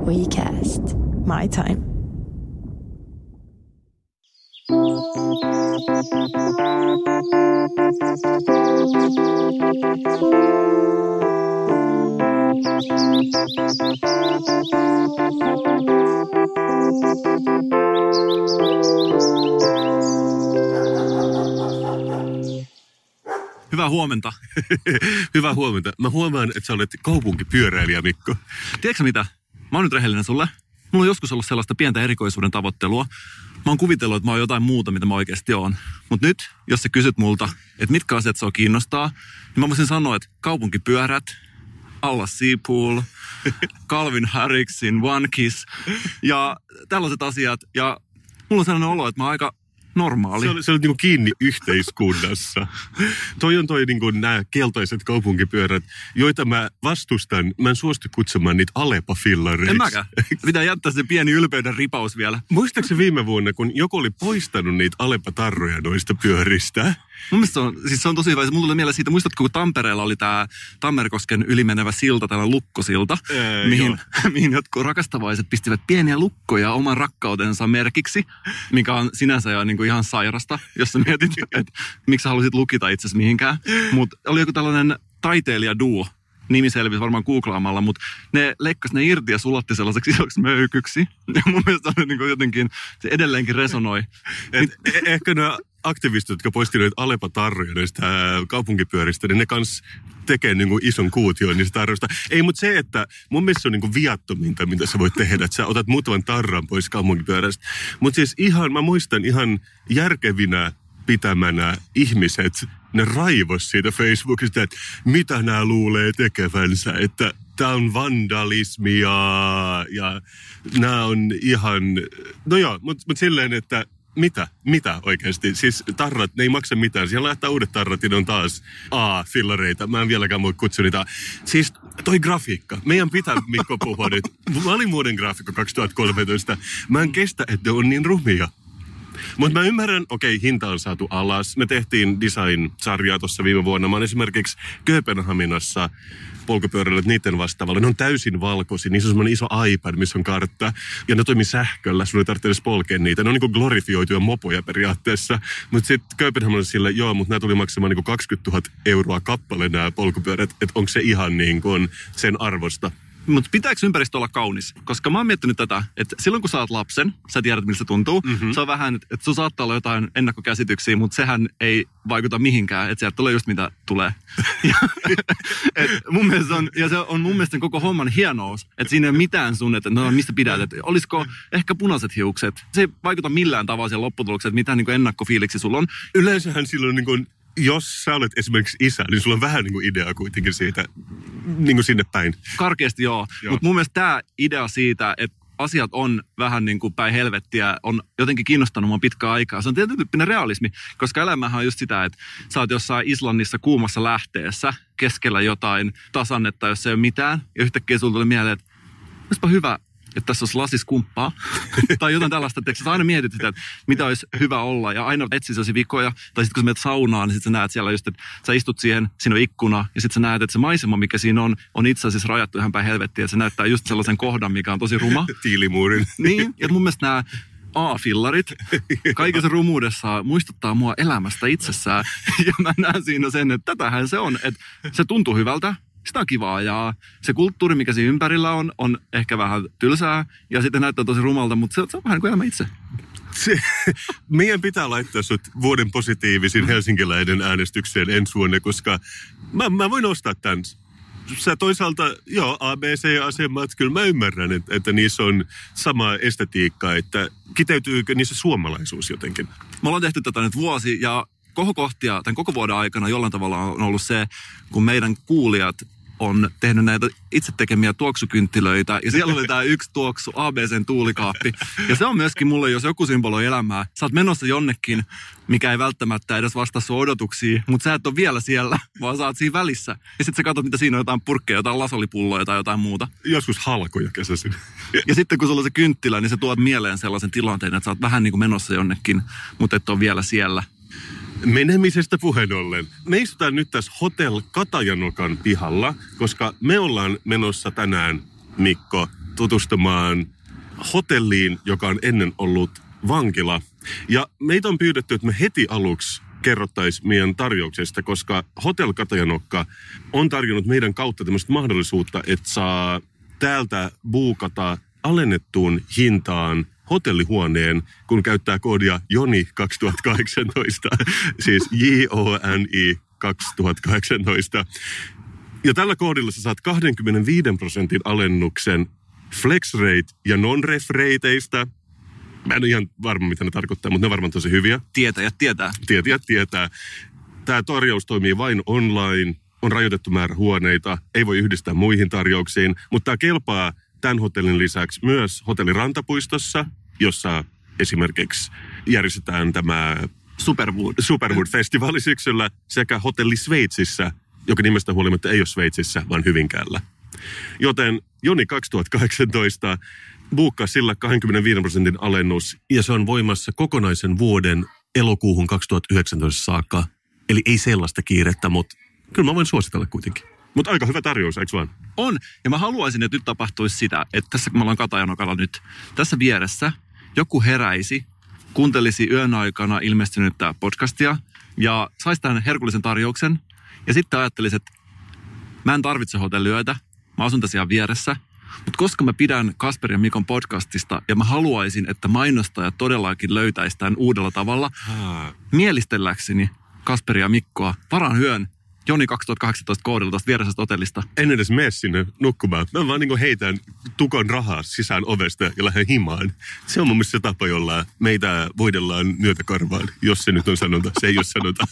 WeCast. My time. Hyvää huomenta. Hyvää huomenta. Mä huomaan, että sä olet kaupunkipyöräilijä, Mikko. Tiedätkö mitä? Mä oon nyt rehellinen sulle. Mulla on joskus ollut sellaista pientä erikoisuuden tavoittelua. Mä oon kuvitellut, että mä oon jotain muuta, mitä mä oikeasti oon. Mutta nyt, jos sä kysyt multa, että mitkä asiat sua kiinnostaa, niin mä voisin sanoa, että kaupunkipyörät, Alla Seapool, Calvin Harriksin One Kiss ja tällaiset asiat. Ja mulla on sellainen olo, että mä oon aika normaali. Se on niinku kiinni yhteiskunnassa. Toi on niinku nämä keltaiset kaupunkipyörät, joita mä vastustan. Mä en suostu kutsumaan niitä Alepa-fillareiksi. En mäkään. Pitää jättää se pieni ylpeyden ripaus vielä. Muistaakseni viime vuonna, kun joku oli poistanut niitä Alepa-tarroja noista pyöristä? Mun mielestä se on tosi hyvä. Mulla tuli mieleen siitä, muistatko kun Tampereella oli tää Tammerkosken ylimenevä silta, tällainen lukkosilta, mihin jotkut rakastavaiset pistivät pieniä lukkoja oman rakkautensa merkiksi, mikä on sinänsä jo niin kuin ihan sairasta, jos sä mietit, että miksi sä halusit lukita itsesi mihinkään. Mutta oli joku tällainen taiteilijaduo, nimi selvisi varmaan googlaamalla, mutta ne leikkasi ne irti ja sulatti sellaiseksi isoksi möykyksi. Ja mun mielestä on niin kuin jotenkin, se edelleenkin resonoi. Ehkä nämä aktivistit, jotka poisti noita Alepa-tarroja näistä kaupunkipyöristä, niin ne kans tekee niin kuin ison kuution niistä tarroista. Ei, mutta se, että mun mielestä se on niin kuin viattominta, mitä sä voit tehdä, että sä otat muutaman tarran pois kaupunkipyörästä. Mutta siis mä muistan ihan järkevinä pitämänä ihmiset, ne raivos siitä Facebookista, että mitä nämä luulee tekevänsä, että tämä on vandalismia ja nämä on ihan, no joo, mutta silleen, että mitä oikeasti? Siis tarrat, ne ei maksa mitään. Siellä lähtee uudet tarrat ja ne on taas fillareita. Mä en vieläkään voi kutsua niitä. Siis toi grafiikka. Meidän pitää, Mikko, puhua nyt. Mä olin muoden graafikko 2013. Mä en kestä, että on niin rumia. Mutta mä ymmärrän, hinta on saatu alas. Me tehtiin design-sarjaa tuossa viime vuonna. Mä oon esimerkiksi Kööpenhaminassa polkupyörällä niiden vastaavalla. Ne on täysin valkoisia. Niissä on semmoinen iso iPad, missä on kartta. Ja ne toimii sähköllä. Sun ei tarvitse edes polkea niitä. Ne on niinku glorifioituja mopoja periaatteessa. Mutta sitten Kööpenhaminassa sille, mutta nämä tuli maksamaan niinku 20 000 euroa kappale nämä polkupyörät. Että onko se ihan niinku sen arvosta? Mutta pitääkö ympäristö olla kaunis? Koska mä oon miettinyt tätä, että silloin kun sä oot lapsen, sä tiedät miltä se tuntuu. Mm-hmm. Se on vähän, että sun saattaa olla jotain ennakkokäsityksiä, mutta sehän ei vaikuta mihinkään, että sieltä tulee just mitä tulee. Mun mielestä se on mun mielestä koko homman hienous, että siinä ei ole mitään sun, että no mistä pidät, että olisiko ehkä punaiset hiukset. Se ei vaikuta millään tavalla siihen lopputulokseen, että mitään niin kuin ennakkofiiliksi sulla on. Yleensähän silloin niin kuin, jos sä olet esimerkiksi isä, niin sulla on vähän niin kuin idea kuitenkin siitä niin kuin sinne päin. Karkeasti joo. Mutta mun mielestä tämä idea siitä, että asiat on vähän niin kuin päin helvettiä, on jotenkin kiinnostanut mua pitkään aikaa. Se on tietyn tyyppinen realismi, koska elämähän on just sitä, että sä oot jossain Islannissa kuumassa lähteessä keskellä jotain tasannetta, jos ei ole mitään. Ja yhtäkkiä sulla tuli mieleen, että olisipa hyvä, että tässä olisi lasiskumppaa tai jotain tällaista. Että sä aina mietit sitä, että mitä olisi hyvä olla ja aina etsi sellaisia vikoja. Tai sitten kun sä menet saunaan, niin sitten sä näet siellä just, että sä istut siihen, siinä on ikkuna ja sitten sä näet, että se maisema, mikä siinä on itse asiassa rajattu ihan päin helvettiä. Ja se näyttää just sellaisen kohdan, mikä on tosi ruma. Tiilimuurin. Niin, ja mun mielestä nämä A-fillarit kaikessa rumuudessa muistuttaa mua elämästä itsessään. Ja mä näen siinä sen, että tätähän se on, että se tuntuu hyvältä. Sitä on kivaa ja se kulttuuri, mikä siinä ympärillä on ehkä vähän tylsää ja sitten näyttää tosi rumalta, mutta se on vähän kuin elämä itse. Meidän pitää laittaa sut vuoden positiivisin helsinkiläinen äänestykseen ensi vuonna, koska mä voin ostaa tämän. Sä toisaalta, ABC-asemat, kyllä mä ymmärrän, että niissä on sama estetiikka, että kiteytyykö niissä suomalaisuus jotenkin? Me ollaan tehty tätä nyt vuosi ja kohokohtia tämän koko vuoden aikana jollain tavalla on ollut se, kun meidän kuulijat on tehnyt näitä itse tekemiä tuoksukynttilöitä. Ja siellä oli tämä yksi tuoksu, ABCn tuulikaappi. Ja se on myöskin mulle, jos joku symboloi elämää. Sä oot menossa jonnekin, mikä ei välttämättä edes vastaa sun odotuksia, mutta sä et ole vielä siellä, vaan sä oot siinä välissä. Ja sit sä katsot, mitä siinä on, jotain purkkeja, jotain lasolipulloja tai jotain muuta. Joskus halkoja kesäisin. Ja sitten kun sulla on se kynttilä, niin se tuot mieleen sellaisen tilanteen, että sä oot vähän niin kuin menossa jonnekin, mutta et ole vielä siellä. Menemisestä puheen ollen. Me istutaan nyt tässä Hotel Katajanokan pihalla, koska me ollaan menossa tänään, Mikko, tutustumaan hotelliin, joka on ennen ollut vankila. Ja meitä on pyydetty, että me heti aluksi kerrottaisiin meidän tarjouksesta, koska Hotel Katajanokka on tarjonnut meidän kautta tämmöistä mahdollisuutta, että saa täältä buukata alennettuun hintaan hotellihuoneen, kun käyttää koodia JONI 2018, siis JONI 2018. Ja tällä koodilla sä saat 25% alennuksen FlexRate ja non-ref-reiteistä. Mä en ole ihan varma, mitä ne tarkoittaa, mutta ne on varmaan tosi hyviä. Tietäjät tietää. Tietäjät tietää. Tämä tarjous toimii vain online, on rajoitettu määrä huoneita, ei voi yhdistää muihin tarjouksiin, mutta tämä kelpaa tämän hotellin lisäksi myös hotelli Rantapuistossa, jossa esimerkiksi järjestetään tämä Superwood-festivaali syksyllä, sekä hotelli Sveitsissä, joka nimestä huolimatta ei ole Sveitsissä, vaan Hyvinkäällä. Joten JONI 2018 buukkaa sillä 25% alennus, ja se on voimassa kokonaisen vuoden elokuuhun 2019 saakka. Eli ei sellaista kiirettä, mutta kyllä mä voin suositella kuitenkin. Mutta aika hyvä tarjous, eikö vaan? On, ja mä haluaisin, että nyt tapahtuisi sitä, että tässä kun me ollaan Katajanokalla nyt, tässä vieressä joku heräisi, kuuntelisi yön aikana ilmestynyttä podcastia ja saisi tämän herkullisen tarjouksen. Ja sitten ajattelisi, että mä en tarvitse hotelliyötä, mä asun tässä ihan vieressä. Mutta koska mä pidän Kasper ja Mikon podcastista ja mä haluaisin, että mainostajat todellakin löytäisi tämän uudella tavalla, mielistelläkseni Kasperia ja Mikkoa varaan hyön JONI 2018 koodilla tuosta viereisestä hotellista. En edes mene sinne nukkumaan. Mä vaan niin heitän tukon rahaa sisään ovesta ja lähden himaan. Se on mun mielestä se tapa, jolla meitä voidellaan myötäkarvaan, jos se nyt on sanonta. Se ei ole sanonta.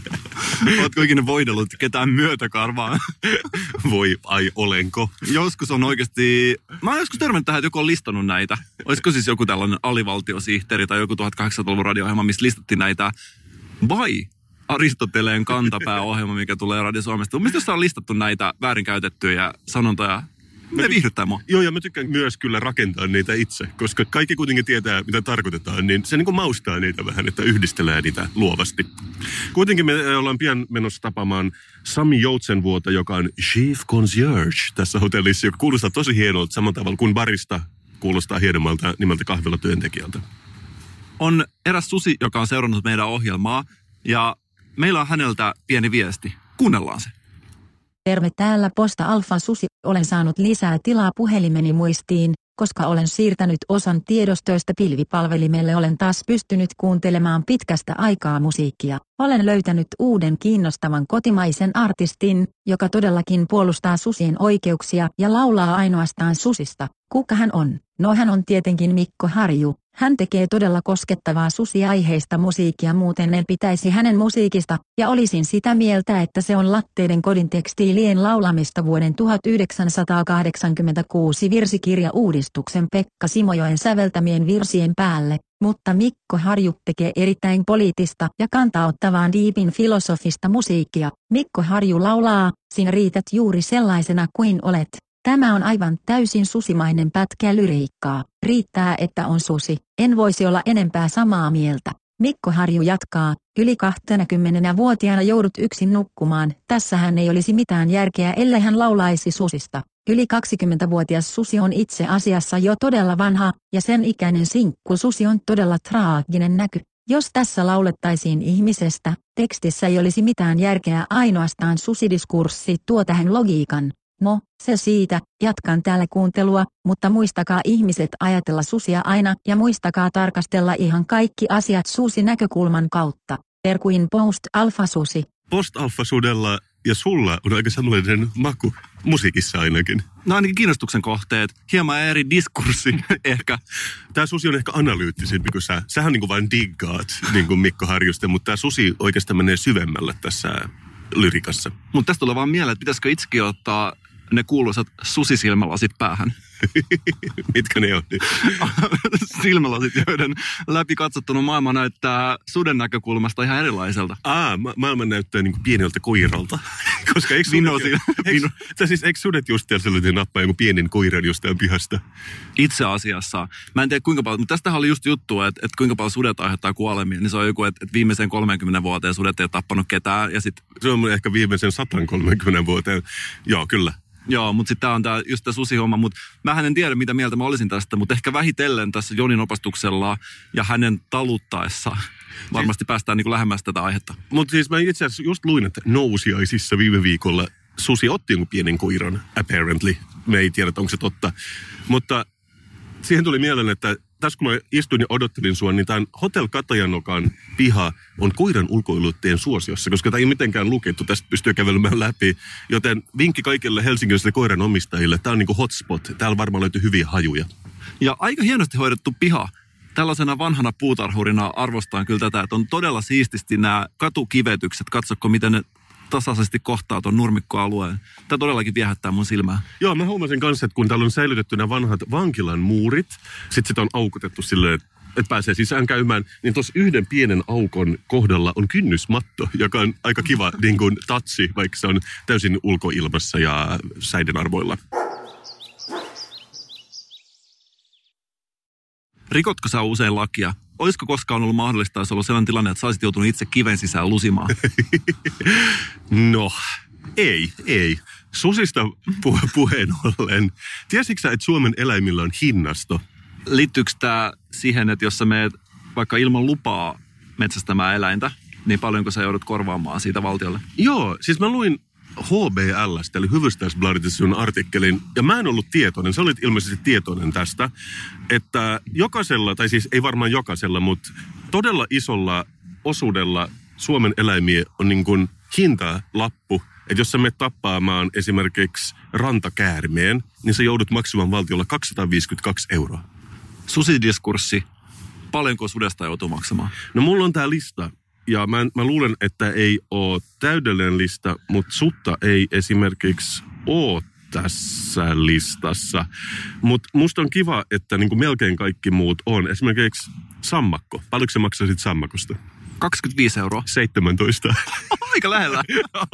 Ootko ikinä voidellut ketään myötäkarvaan? Voi, ai olenko? Joskus on oikeasti... Mä oon joskus törmännyt tähän, että joku on listannut näitä. Olisiko siis joku tällainen alivaltiosihteeri tai joku 1800-luvun radio-ohjelma, missä listattiin näitä vai... Aristoteleen kantapääohjelma, mikä tulee Radio Suomesta. Mielestäni jos on listattu näitä väärinkäytettyjä sanontoja, ne viihdyttää mua. Joo, ja mä tykkään myös kyllä rakentaa niitä itse, koska kaikki kuitenkin tietää, mitä tarkoitetaan, niin se niin kuin maustaa niitä vähän, että yhdistelee niitä luovasti. Kuitenkin me ollaan pian menossa tapaamaan Sami Joutsenvuota, joka on Chief Concierge tässä hotellissa, joka kuulostaa tosi hienolta samalla tavalla kuin barista kuulostaa hienommalta nimeltä kahvilatyöntekijältä. On eräs susi, joka on seurannut meidän ohjelmaa, ja meillä on häneltä pieni viesti. Kuunnellaan se. Terve, täällä Posta Alfa Susi. Olen saanut lisää tilaa puhelimeni muistiin, koska olen siirtänyt osan tiedostoista pilvipalvelimelle. Olen taas pystynyt kuuntelemaan pitkästä aikaa musiikkia. Olen löytänyt uuden kiinnostavan kotimaisen artistin, joka todellakin puolustaa susien oikeuksia ja laulaa ainoastaan susista. Kuka hän on? No, hän on tietenkin Mikko Harju. Hän tekee todella koskettavaa susiaiheista musiikkia, muuten en pitäisi hänen musiikista, ja olisin sitä mieltä, että se on Latteiden kodin tekstiilien laulamista vuoden 1986 virsikirjauudistuksen Pekka Simojoen säveltämien virsien päälle, mutta Mikko Harju tekee erittäin poliittista ja kantauttavaa diipin filosofista musiikkia. Mikko Harju laulaa, sinä riität juuri sellaisena kuin olet. Tämä on aivan täysin susimainen pätkä lyriikkaa. Riittää, että on susi. En voisi olla enempää samaa mieltä. Mikko Harju jatkaa, yli 20-vuotiaana joudut yksin nukkumaan. Tässähän ei olisi mitään järkeä, ellei hän laulaisi susista. Yli 20-vuotias susi on itse asiassa jo todella vanha, ja sen ikäinen sinkku susi on todella traaginen näky. Jos tässä laulettaisiin ihmisestä, tekstissä ei olisi mitään järkeä, ainoastaan susidiskurssi tuo tähän logiikan. No, se siitä, jatkan täällä kuuntelua, mutta muistakaa ihmiset ajatella susia aina ja muistakaa tarkastella ihan kaikki asiat susi-näkökulman kautta. Terkuin Post Alfa Susi. Post Alfa Sudella ja sulla on aika samanlainen maku, musiikissa ainakin. No ainakin kiinnostuksen kohteet, hieman eri diskurssi ehkä. Tämä susi on ehkä analyyttisempi kuin sä. Sähän niin kuin vain diggaat, niin kuin Mikko Harjusta, mutta tämä susi oikeastaan menee syvemmälle tässä lyrikassa. Mutta tästä tulee vaan mieleen, että pitäisikö itsekin ottaa ne kuuluisat susisilmälasit päähän. Mitkä ne on? Silmälasit, joiden läpi katsottuna maailma näyttää suden näkökulmasta ihan erilaiselta. Maailma näyttää niin kuin pieneltä koiralta. Koska eikö sudet just sellainen nappaa joku pienen koiran jostain pihasta? Itse asiassa. Mä en tiedä kuinka paljon, mutta tästähän oli just juttu, että kuinka paljon sudet aiheuttaa kuolemia. Niin se on joku, että viimeisen 30 vuoteen sudet ei ole tappanut ketään. Ja se on ehkä viimeisen 130 vuoteen. Joo, kyllä. Joo, mutta sitten tämä on just tämä susihomma, mutta mä Mähän en tiedä, mitä mieltä mä olisin tästä, mutta ehkä vähitellen tässä Jonin opastuksella ja hänen taluttaessa varmasti päästään niin kuin lähemmäs tätä aihetta. Mutta siis mä itse asiassa just luin, että Nousiaisissa viime viikolla susi otti jonkun pienen koiran, apparently. Me ei tiedä, onko se totta. Mutta siihen tuli mieleen, että tässä kun mä istuin ja odottelin sua, niin tämän Hotel Katajanokan piha on koiran ulkoiluttajien suosiossa, koska tämä ei mitenkään lukittu, tästä pystyy kävelemään läpi. Joten vinkki kaikille helsinkiläisille koiran omistajille, tämä on niin kuin hotspot, täällä varmaan löytyy hyviä hajuja. Ja aika hienosti hoidettu piha. Tällaisena vanhana puutarhurina arvostan kyllä tätä, että on todella siististi nämä katukivetykset. Katsokko, miten ne tasaisesti kohtaa tuon nurmikkoalueen. Tämä todellakin viehättää mun silmää. Joo, mä huomasin kanssa, että kun täällä on säilytetty nämä vanhat vankilan muurit, sitten sitä on aukotettu silleen, että pääsee sisään käymään, niin tuossa yhden pienen aukon kohdalla on kynnysmatto, joka on aika kiva niin kuin tatsi, vaikka se on täysin ulkoilmassa ja säiden arvoilla. Rikotko sä usein lakia? Olisiko koskaan ollut mahdollista, jos ollut sellainen tilanne, että sä olisit joutunut itse kiven sisään lusimaan? No, ei. Susista puheen ollen. Tiesitkö sä, että Suomen eläimillä on hinnasto? Liittyykö tämä siihen, että jos sä meet vaikka ilman lupaa metsästämään eläintä, niin paljonko sä joudut korvaamaan siitä valtiolle? Joo, siis mä luin HBL:stä, eli Hufvudstadsbladetissa sun artikkelin, ja mä en ollut tietoinen, sä olit ilmeisesti tietoinen tästä, että jokaisella, tai siis ei varmaan jokaisella, mutta todella isolla osuudella Suomen eläimiä on niin kuin hintalappu, että jos sä menet tappaamaan esimerkiksi rantakäärmeen, niin sä joudut maksamaan valtiolla 252 €. Susidiskurssi. Paljonko sudesta joutuu maksamaan? No mulla on tää lista. Ja mä luulen, että ei ole täydellinen lista, mutta sutta ei esimerkiksi ole tässä listassa. Mutta musta on kiva, että niinku melkein kaikki muut on. Esimerkiksi sammakko. Paljonko sä maksaisit sammakosta? 25 €. 17. Aika lähellä.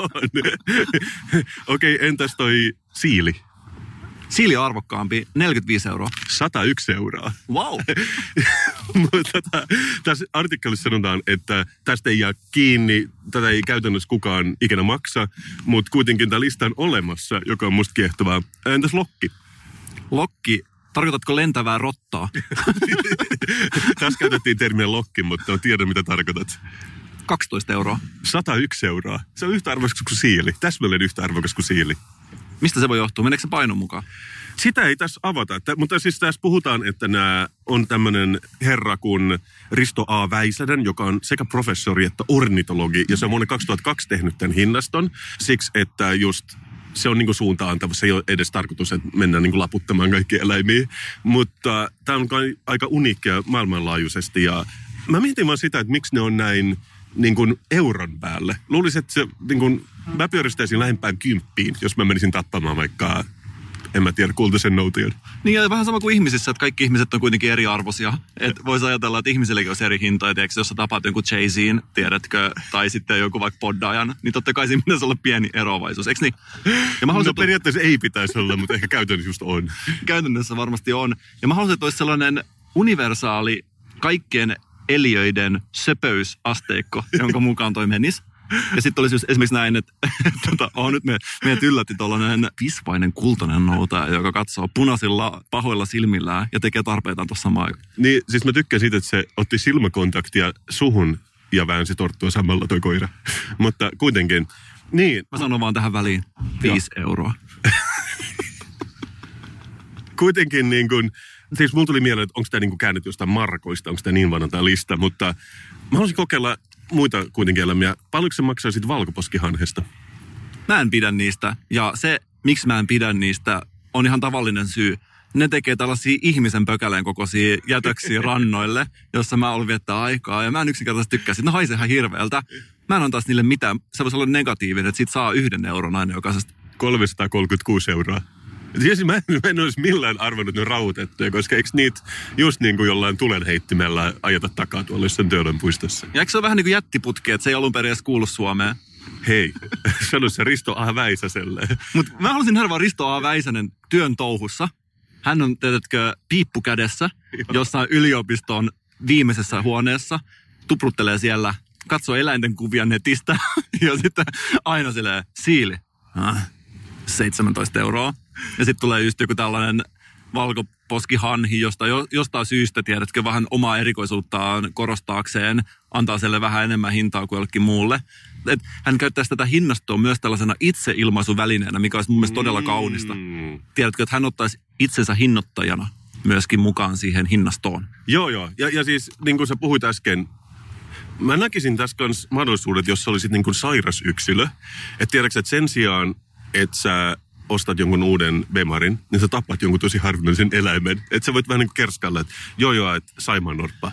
Okei, entäs toi siili? Siili on arvokkaampi, 45 €. 101 €. Wow. Mutta tässä artikkelissa sanotaan, että tästä ei jää kiinni, tätä ei käytännössä kukaan ikinä maksa, mutta kuitenkin tämä lista on olemassa, joka on musta kiehtovaa. Entäs lokki? Lokki. Tarkoitatko lentävää rottaa? Tässä käytettiin termiä lokki, mutta tiedän mitä tarkoitat. 12 €. 101 €. Se on yhtä arvokas kuin siili. Täsmälleen yhtä arvokas kuin siili. Mistä se voi johtua? Meneekö se painon mukaan? Sitä ei tässä avata, mutta siis tässä puhutaan, että nämä on tämmöinen herra kuin Risto A. Väisänen, joka on sekä professori että ornitologi, ja se on vuonna 2002 tehnyt tämän hinnaston, siksi että just se on niin kuin suuntaan antava, se ei ole edes tarkoitus, että mennään niin kuin laputtamaan kaikkia eläimiä, mutta tämä on aika uniikkia maailmanlaajuisesti, ja mä mietin vaan sitä, että miksi ne on näin niin kuin euron päälle. Luulisin, että se niin kuin, mä pyöristäisin lähempään 10, jos mä menisin tappamaan vaikka, en mä tiedä, kultaisen noutajan. Niin ja vähän sama kuin ihmisissä, että kaikki ihmiset on kuitenkin eriarvoisia. Että voisi ajatella, että ihmisilläkin olisi eri hintoja. Tiedätkö, jos sä tapaat jonkun Jay-Zin, tiedätkö, tai sitten joku vaikka poddaajan, niin totta kai siinä pitäisi olla pieni eroavaisuus, eikö niin? Ja mä no periaatteessa ei pitäisi olla, mutta ehkä käytännössä just on. Käytännössä varmasti on. Ja mä haluaisin, että olisi sellainen universaali kaikkien eliöiden söpöysasteikko, jonka mukaan toi menisi. Ja sitten olisi just esimerkiksi näin, että nyt meidät yllätti tollainen visvainen kultainen noutaja, joka katsoo punaisilla pahoilla silmillään ja tekee tarpeitaan tuossa samaan aikaan. Niin, siis mä tykkään siitä, että se otti silmäkontaktia suhun ja väänsi torttua samalla toi koira. Mutta kuitenkin, niin. Mä sanon vaan tähän väliin 5 €. Kuitenkin niin kuin, siis mulla tuli mieleen, että onko tämä niin kuin käännetty jostain markoista, onko tämä niin vanha tämä lista, mutta mä haluaisin kokeilla muita kuitenkin elämiä. Paljonko sä maksaisit valkoposkihanhesta? Mä en pidä niistä. Ja se, miksi mä en pidä niistä, on ihan tavallinen syy. Ne tekee tällaisia ihmisen pökäleen kokoisia jätöksiä rannoille, jossa mä olen viettää aikaa. Ja mä en yksinkertaisesti tykkää. Ne haisee ihan hirveältä. Mä en antaisi niille mitään. Se voisi olla negatiivinen, että sit saa 1 € aina jokaisesta. 336 €. Siis mä en olisi millään arvannut ne rauhoitettuja, koska eikö niitä just niin kuin jollain tulenheittimellä ajata takaa tuolla jossain Töölön puistossa? Ja eikö se ole vähän niin kuin jättiputki, että se ei alun perin edes kuulu Suomeen? Hei, sano se Risto A. Väisäselle. Mutta mä haluaisin nähdä vaan Risto A. Väisänen työn touhussa. Hän on, tiedätkö, piippu kädessä jossain yliopiston viimeisessä huoneessa, tupruttelee siellä, katsoo eläinten kuvia netistä ja sitten aina silleen, siili, 17 €. Ja sitten tulee just joku tällainen valkoposkihanhi, josta jostain syystä, tiedätkö, vähän omaa erikoisuuttaan korostaakseen, antaa sille vähän enemmän hintaa kuin jollekin muulle. Et hän käyttäisi tätä hinnastoa myös tällaisena itseilmaisuvälineenä, mikä olisi mun mielestä todella kaunista. Tiedätkö, että hän ottaisi itsensä hinnoittajana myöskin mukaan siihen hinnastoon. Joo. Ja siis niin kuin sä puhuit äsken, mä näkisin tässä kanssa mahdollisuudet, jos sä olisit niin kuin sairas yksilö. Että tiedätkö, että sen sijaan, että sä ostat jonkun uuden Bemarin, niin sä tappat jonkun tosi harvinaisen eläimen. Että sä voit vähän niin kuin kerskailla, että että saimaannorppa,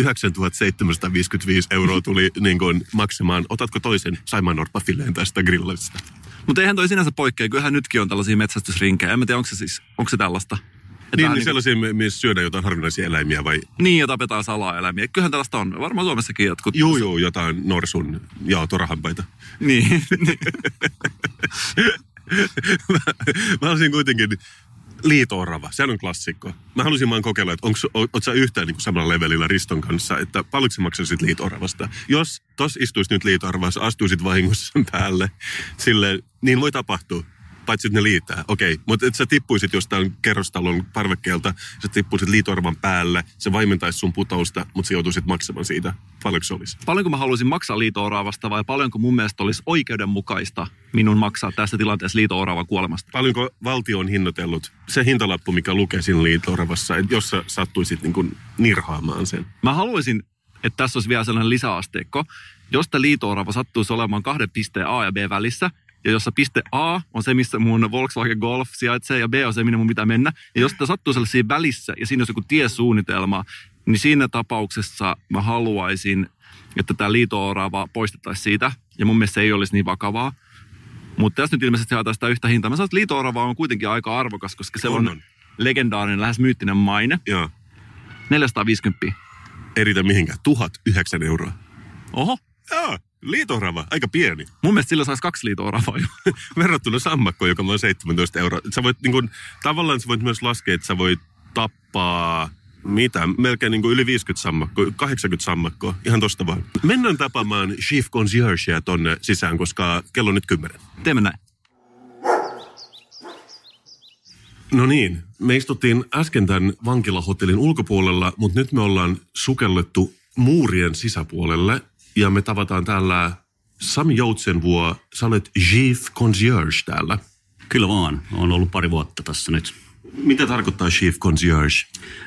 9,755 € tuli niin kuin maksamaan. Otatko toisen saimaannorppafileen tästä grillista? Mutta eihän toi sinänsä poikkea. Kyllähän nytkin on tällaisia metsästysrinkejä. En mä tiedä, onko se tällaista. Niin sellaisia, missä syödään jotain harvinaisia eläimiä vai? Niin, ja tapetaan salaeläimiä. Kyllähän tällaista on. Varmaan Suomessakin jotkut. Joo, jotain norsun ja torahampaita. Niin. Mä haluaisin kuitenkin liito-orava. Sehän on klassikko. Mä haluaisin vaan kokeilla, että oot sä yhtään niin kuin samalla levelillä Riston kanssa, että paljonko sä maksaisit liito-oravasta. Jos tos istuisi nyt liito-oravassa, astuisit vahingossa sen päälle, sille niin voi tapahtua. Paitsi että ne liitää. Okei, mutta että sä tippuisit jostain kerrostalon parvekkeelta, sä tippuisit liito-oravan päälle, se vaimentaisi sun putousta, mutta sä joutuisit maksamaan siitä. Paljonko se olisi? Paljonko mä haluaisin maksaa liito-oravasta vai paljonko mun mielestä olisi oikeudenmukaista minun maksaa tässä tilanteessa liito-oravan kuolemasta? Paljonko valtio on hinnoitellut se hintalappu, mikä lukee siinä liito-oravassa, että jos sä sattuisit niin kuin nirhaamaan sen? Mä haluaisin, että tässä olisi vielä sellainen lisäasteikko. Jos tämä liito-orava sattuisi olemaan 2 pisteen A ja B välissä, ja jossa piste A on se, missä mun Volkswagen Golf sijaitsee, ja B on se, minne mun pitää mennä. Ja jos tämä sattuu sellaisia välissä, ja siinä olisi joku tiesuunnitelma, niin siinä tapauksessa mä haluaisin, että tämä liito-orava poistettaisiin siitä. Ja mun mielestä se ei olisi niin vakavaa. Mutta tässä nyt ilmeisesti haetaan sitä yhtä hintaa. Mä sanon, että liito-orava on kuitenkin aika arvokas, koska se on legendaarinen, lähes myyttinen maine. Joo. 450. Eritä mihinkään. 1009 €. Oho. Joo. Liito-orava, aika pieni. Mun mielestä sillä saisi 2 liito-oravaa jo. Verrattuna sammakkoon, joka on 17 €. Sä voit niin kuin, tavallaan sä voit myös laskea, että sä voit tappaa melkein niin kuin yli 50 sammakkoa, 80 sammakkoa. Ihan tosta vaan. Mennään tapaamaan Chief Conciergea tonne sisään, koska kello on nyt 10. Teemme näin. No niin, me istuttiin äsken tämän vankilahotellin ulkopuolella, mutta nyt me ollaan sukellettu muurien sisäpuolelle. Ja me tavataan täällä Sami Joutsenvuo. Sä olet Chief Concierge täällä. Kyllä vaan. Olen ollut pari vuotta tässä nyt. Mitä tarkoittaa Chief Concierge?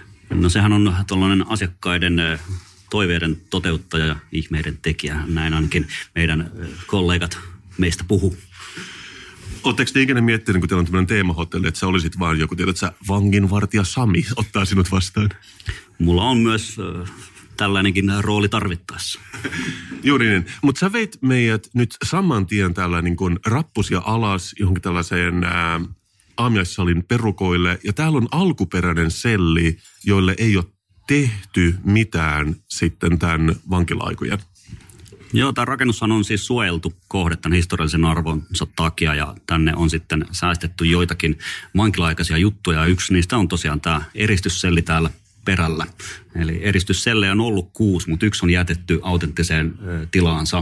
No sehän on tuollainen asiakkaiden toiveiden toteuttaja ja ihmeiden tekijä. Näin ainakin meidän kollegat meistä puhuu. Oletteko te ikinä miettinyt, kun teillä on tämmöinen teemahotelli, että sä olisit vaan joku, tiedät sä, vanginvartija Sami ottaa sinut vastaan? Mulla on myös tällainenkin rooli tarvittaessa. Juuri niin. Mutta sä veit meidät nyt saman tien täällä niin kuin rappusia alas johonkin tällaiseen aamiaissalin perukoille. Ja täällä on alkuperäinen selli, joille ei ole tehty mitään sitten tämän vankila-aikojen. Joo, tämä rakennushan on siis suojeltu kohde tämän historiallisen arvonsa takia ja tänne on sitten säästetty joitakin vankila-aikaisia juttuja. Yksi niistä on tosiaan tämä eristysselli täällä perällä. Eli eristyssellejä on ollut 6, mutta 1 on jätetty autenttiseen tilaansa.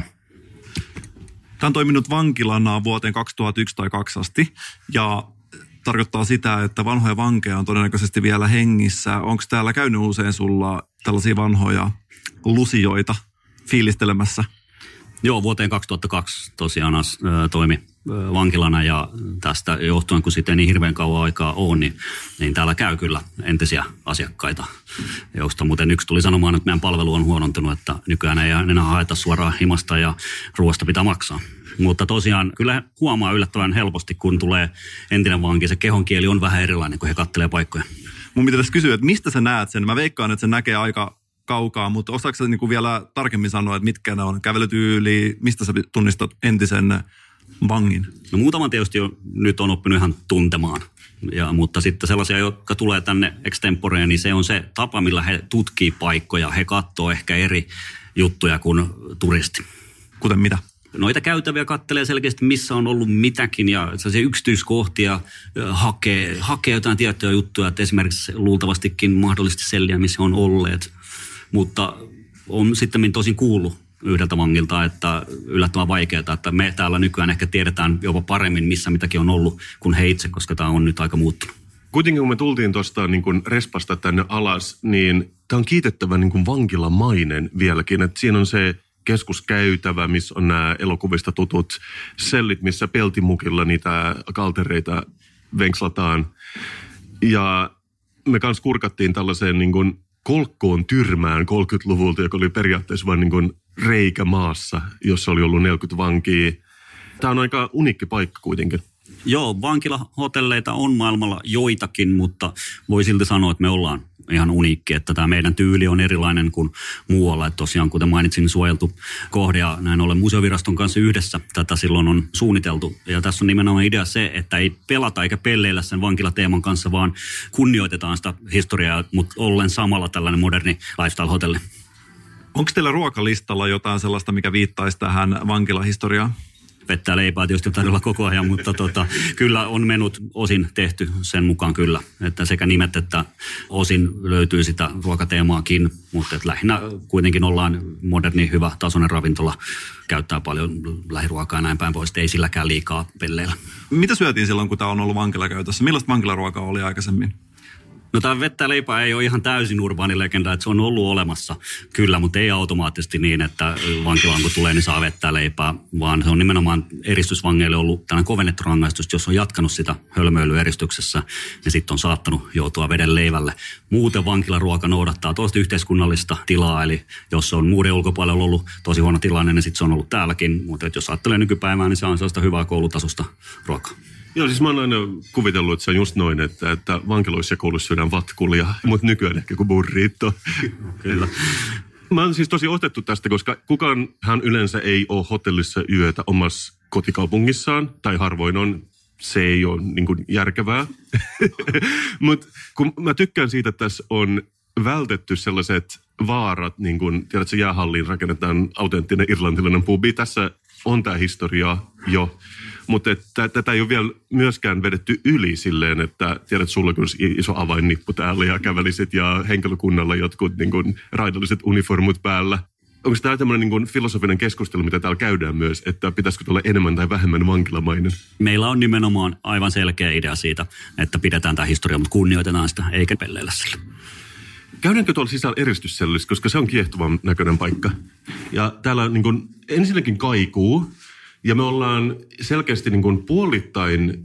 Tämä on toiminut vankilana vuoteen 2001 tai 2002 asti ja tarkoittaa sitä, että vanhoja vankeja on todennäköisesti vielä hengissä. Onko täällä käynyt usein sulla tällaisia vanhoja lusijoita fiilistelemässä? Joo, vuoteen 2002 tosiaan toimi vankilana ja tästä johtuen, kun sitten niin hirveän kauan aikaa on, niin täällä käy kyllä entisiä asiakkaita, josta muuten yksi tuli sanomaan, että meidän palvelu on huonontunut, että nykyään ei enää haeta suoraan himasta ja ruoasta pitää maksaa. Mutta tosiaan kyllä huomaa yllättävän helposti, kun tulee entinen vanki, se kehonkieli on vähän erilainen, kun he kattelee paikkoja. Mun pitää tässä kysyä, että mistä sä näet sen? Mä veikkaan, että se näkee aika kaukaa, mutta osaatko sä niinku vielä tarkemmin sanoa, että mitkä ne on? Kävelytyyli, mistä sä tunnistat entisen vangin? No muutaman tietysti nyt on oppinut ihan tuntemaan, mutta sitten sellaisia, jotka tulee tänne extemporeen, niin se on se tapa, millä he tutkii paikkoja. He katsoo ehkä eri juttuja kuin turisti. Kuten mitä? Noita käytäviä kattelee selkeästi, missä on ollut mitäkin ja sellaisia yksityiskohtia hakee jotain tiettyjä juttuja, että esimerkiksi luultavastikin mahdollisesti selliä, missä on olleet. Mutta on sitten tosin kuullut yhdeltä vangilta, että yllättävän vaikeaa, että me täällä nykyään ehkä tiedetään jopa paremmin, missä mitäkin on ollut kuin he itse, koska tämä on nyt aika muuttunut. Kuitenkin kun me tultiin tuosta niin kuin respasta tänne alas, niin tämä on kiitettävä niin kuin vankilamainen vieläkin. Että siinä on se keskuskäytävä, missä on nämä elokuvista tutut sellit, missä peltimukilla niitä kaltereita venkslataan. Ja me kanssa kurkattiin tällaiseen niin kuin kolkkoon tyrmään 30-luvulta, joka oli periaatteessa vain niin kuin reikä maassa, jossa oli ollut 40 vankia. Tämä on aika uniikki paikka kuitenkin. Joo, vankilahotelleita on maailmalla joitakin, mutta voi silti sanoa, että me ollaan ihan uniikki, että tämä meidän tyyli on erilainen kuin muualla. Että tosiaan, kuten mainitsin, suojeltu kohde ja näin ollen museoviraston kanssa yhdessä tätä silloin on suunniteltu. Ja tässä on nimenomaan idea se, että ei pelata eikä pelleillä sen vankilateeman kanssa, vaan kunnioitetaan sitä historiaa, mutta ollen samalla tällainen moderni lifestyle-hotelli. Onko teillä ruokalistalla jotain sellaista, mikä viittaisi tähän vankilahistoriaan? Vettä ja leipää tietysti tarjolla koko ajan, mutta kyllä on menut osin tehty sen mukaan kyllä. Että sekä nimet että osin löytyy sitä ruokateemaakin, mutta lähinnä kuitenkin ollaan moderni, hyvä tasoinen ravintola, käyttää paljon lähiruokaa ja näin päin pois, ei silläkään liikaa pelleillä. Mitä syötiin silloin, kun tämä on ollut vankilakäytössä? Millaista vankilaruokaa oli aikaisemmin? No tämä vettä ja leipää ei ole ihan täysin urbaani legenda, että se on ollut olemassa kyllä, mutta ei automaattisesti niin, että vankilaan kun tulee, niin saa vettä ja leipää, vaan se on nimenomaan eristysvangeille ollut tällainen kovennettu rangaistus, jos on jatkanut sitä hölmöilyä eristyksessä, niin sitten on saattanut joutua veden leivälle. Muuten vankilaruoka noudattaa toista yhteiskunnallista tilaa, eli jos on muuden ulkopuolella ollut tosi huono tilanne, niin sitten se on ollut täälläkin, mutta jos ajattelee nykypäivää, niin se on sellaista hyvää koulutasosta ruokaa. Joo, siis mä oon aina kuvitellut, että se on just noin, että vankiloissa ja kouluissa syödään vatkulia, mutta nykyään ehkä kuin burrito. Kyllä. Mä oon siis tosi otettu tästä, koska kukaanhan yleensä ei ole hotellissa yötä omassa kotikaupungissaan, tai harvoin on, se ei ole niin kuin järkevää. Mutta kun mä tykkään siitä, että tässä on vältetty sellaiset vaarat, niin kuin tiedätkö, jäähalliin rakennetaan autenttinen irlantilainen pubi. Tässä on tämä historia jo. Mutta tätä ei ole vielä myöskään vedetty yli silleen, että tiedät, sulla on iso avainnippu täällä ja kävelisit ja henkilökunnalla jotkut niin kuin raidalliset uniformut päällä. Onko tämä tämmöinen niin kuin filosofinen keskustelu, mitä täällä käydään myös, että pitäisikö tulla enemmän tai vähemmän vankilamainen? Meillä on nimenomaan aivan selkeä idea siitä, että pidetään tämä historia, mutta kunnioitetaan sitä, eikä pelleillä sillä. Käydäänkö tuolla sisällä eristyssellissä, koska se on kiehtovan näköinen paikka. Ja täällä niin kuin ensinnäkin kaikuu. Ja me ollaan selkeästi niin kuin puolittain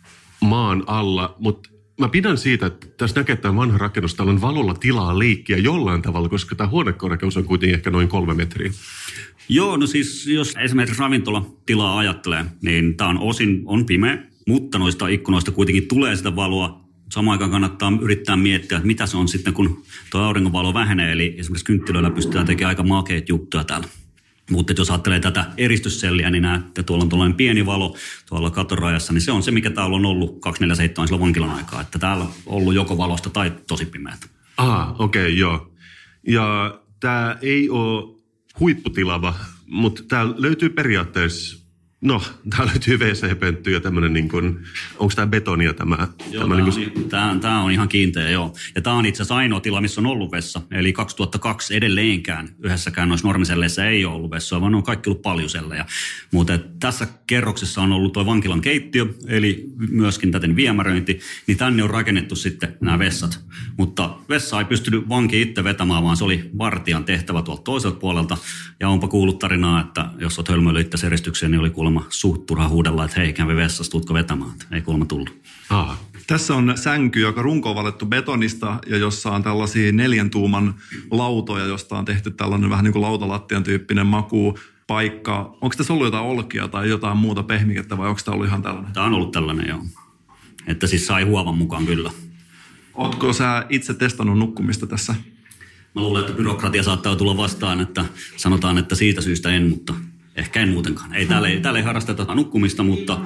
maan alla, mutta mä pidän siitä, että tässä näkee tämä vanha rakennus, täällä on valolla tilaa leikkiä jollain tavalla, koska tämä huonekorkeus on kuitenkin ehkä noin 3 metriä. Joo, no siis jos esimerkiksi ravintolatilaa ajattelee, niin tämä on osin on pimeä, mutta noista ikkunoista kuitenkin tulee sitä valoa. Samaan aikaan kannattaa yrittää miettiä, että mitä se on sitten, kun tuo auringonvalo vähenee, eli esimerkiksi kynttilöillä pystytään tekemään aika makeita juttuja täällä. Mutta jos ajattelee tätä eristysselliä, niin näette, tuolla on tuollainen pieni valo tuolla katorajassa, niin se on se, mikä täällä on ollut 24/7 silloin vankilan aikaa. Että täällä on ollut joko valosta tai tosi pimeätä. Okei, joo. Ja tämä ei ole huipputilava, mutta täällä löytyy periaatteessa, täällä löytyy WC-pentty ja tämmöinen niin kuin, onko tämä betonia tämä? Joo, tämä on ihan kiinteä, joo. Ja tämä on itse asiassa ainoa tila, missä on ollut vessa. Eli 2002 edelleenkään yhdessäkään noissa normiselleissä ei ole ollut vessoa, vaan ne on kaikki ollut paljusellejä. Mutta tässä kerroksessa on ollut tuo vankilan keittiö, eli myöskin täten viemäröinti, niin tänne on rakennettu sitten nämä vessat. Mutta vessa ei pystynyt vanki itse vetämään, vaan se oli vartijan tehtävä tuolta toiselta puolelta. Ja onpa kuullut tarinaa, että jos olet hölmöillyt itse eristykseen, niin oli kuulemma suht turha huudella, että hei, kävi vessassa, tuutko vetämään? Ei kuulemma tullut. Tässä on sänky, joka runko on valettu betonista ja jossa on tällaisia 4 tuuman lautoja, josta on tehty tällainen vähän niin kuin lautalattian tyyppinen makupaikka. Onko tässä ollut jotain olkia tai jotain muuta pehmikettä vai onko tämä ollut ihan tällainen? Tämä on ollut tällainen, joo. Että siis sai huovan mukaan kyllä. Ootko sä itse testannut nukkumista tässä? Mä luulen, että byrokratia saattaa tulla vastaan, että sanotaan, että siitä syystä en, mutta ehkä en muutenkaan. Täällä ei harrasteta nukkumista, mutta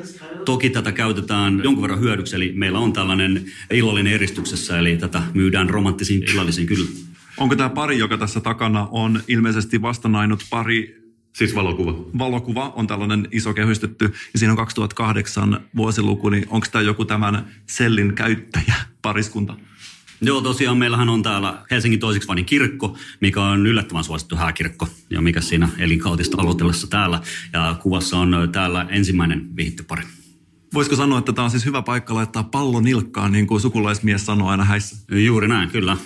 toki tätä käytetään jonkun verran hyödyksi. Eli meillä on tällainen illallinen eristyksessä, eli tätä myydään romanttisiin illallisiin kyllä. Onko tämä pari, joka tässä takana on ilmeisesti vastanainut pari? Siis valokuva. Valokuva on tällainen iso kehystetty ja siinä on 2008 vuosiluku, niin onko tämä joku tämän sellin käyttäjä pariskunta? Joo, tosiaan meillähän on täällä Helsingin toiseksi vanhin kirkko, mikä on yllättävän suosittu hääkirkko, ja mikä siinä elinkautista aloitellessa täällä. Ja kuvassa on täällä ensimmäinen vihittypari. Voisiko sanoa, että tämä on siis hyvä paikka laittaa pallo nilkkaan, niin kuin sukulaismies sanoo aina häissä? Juuri näin, kyllä.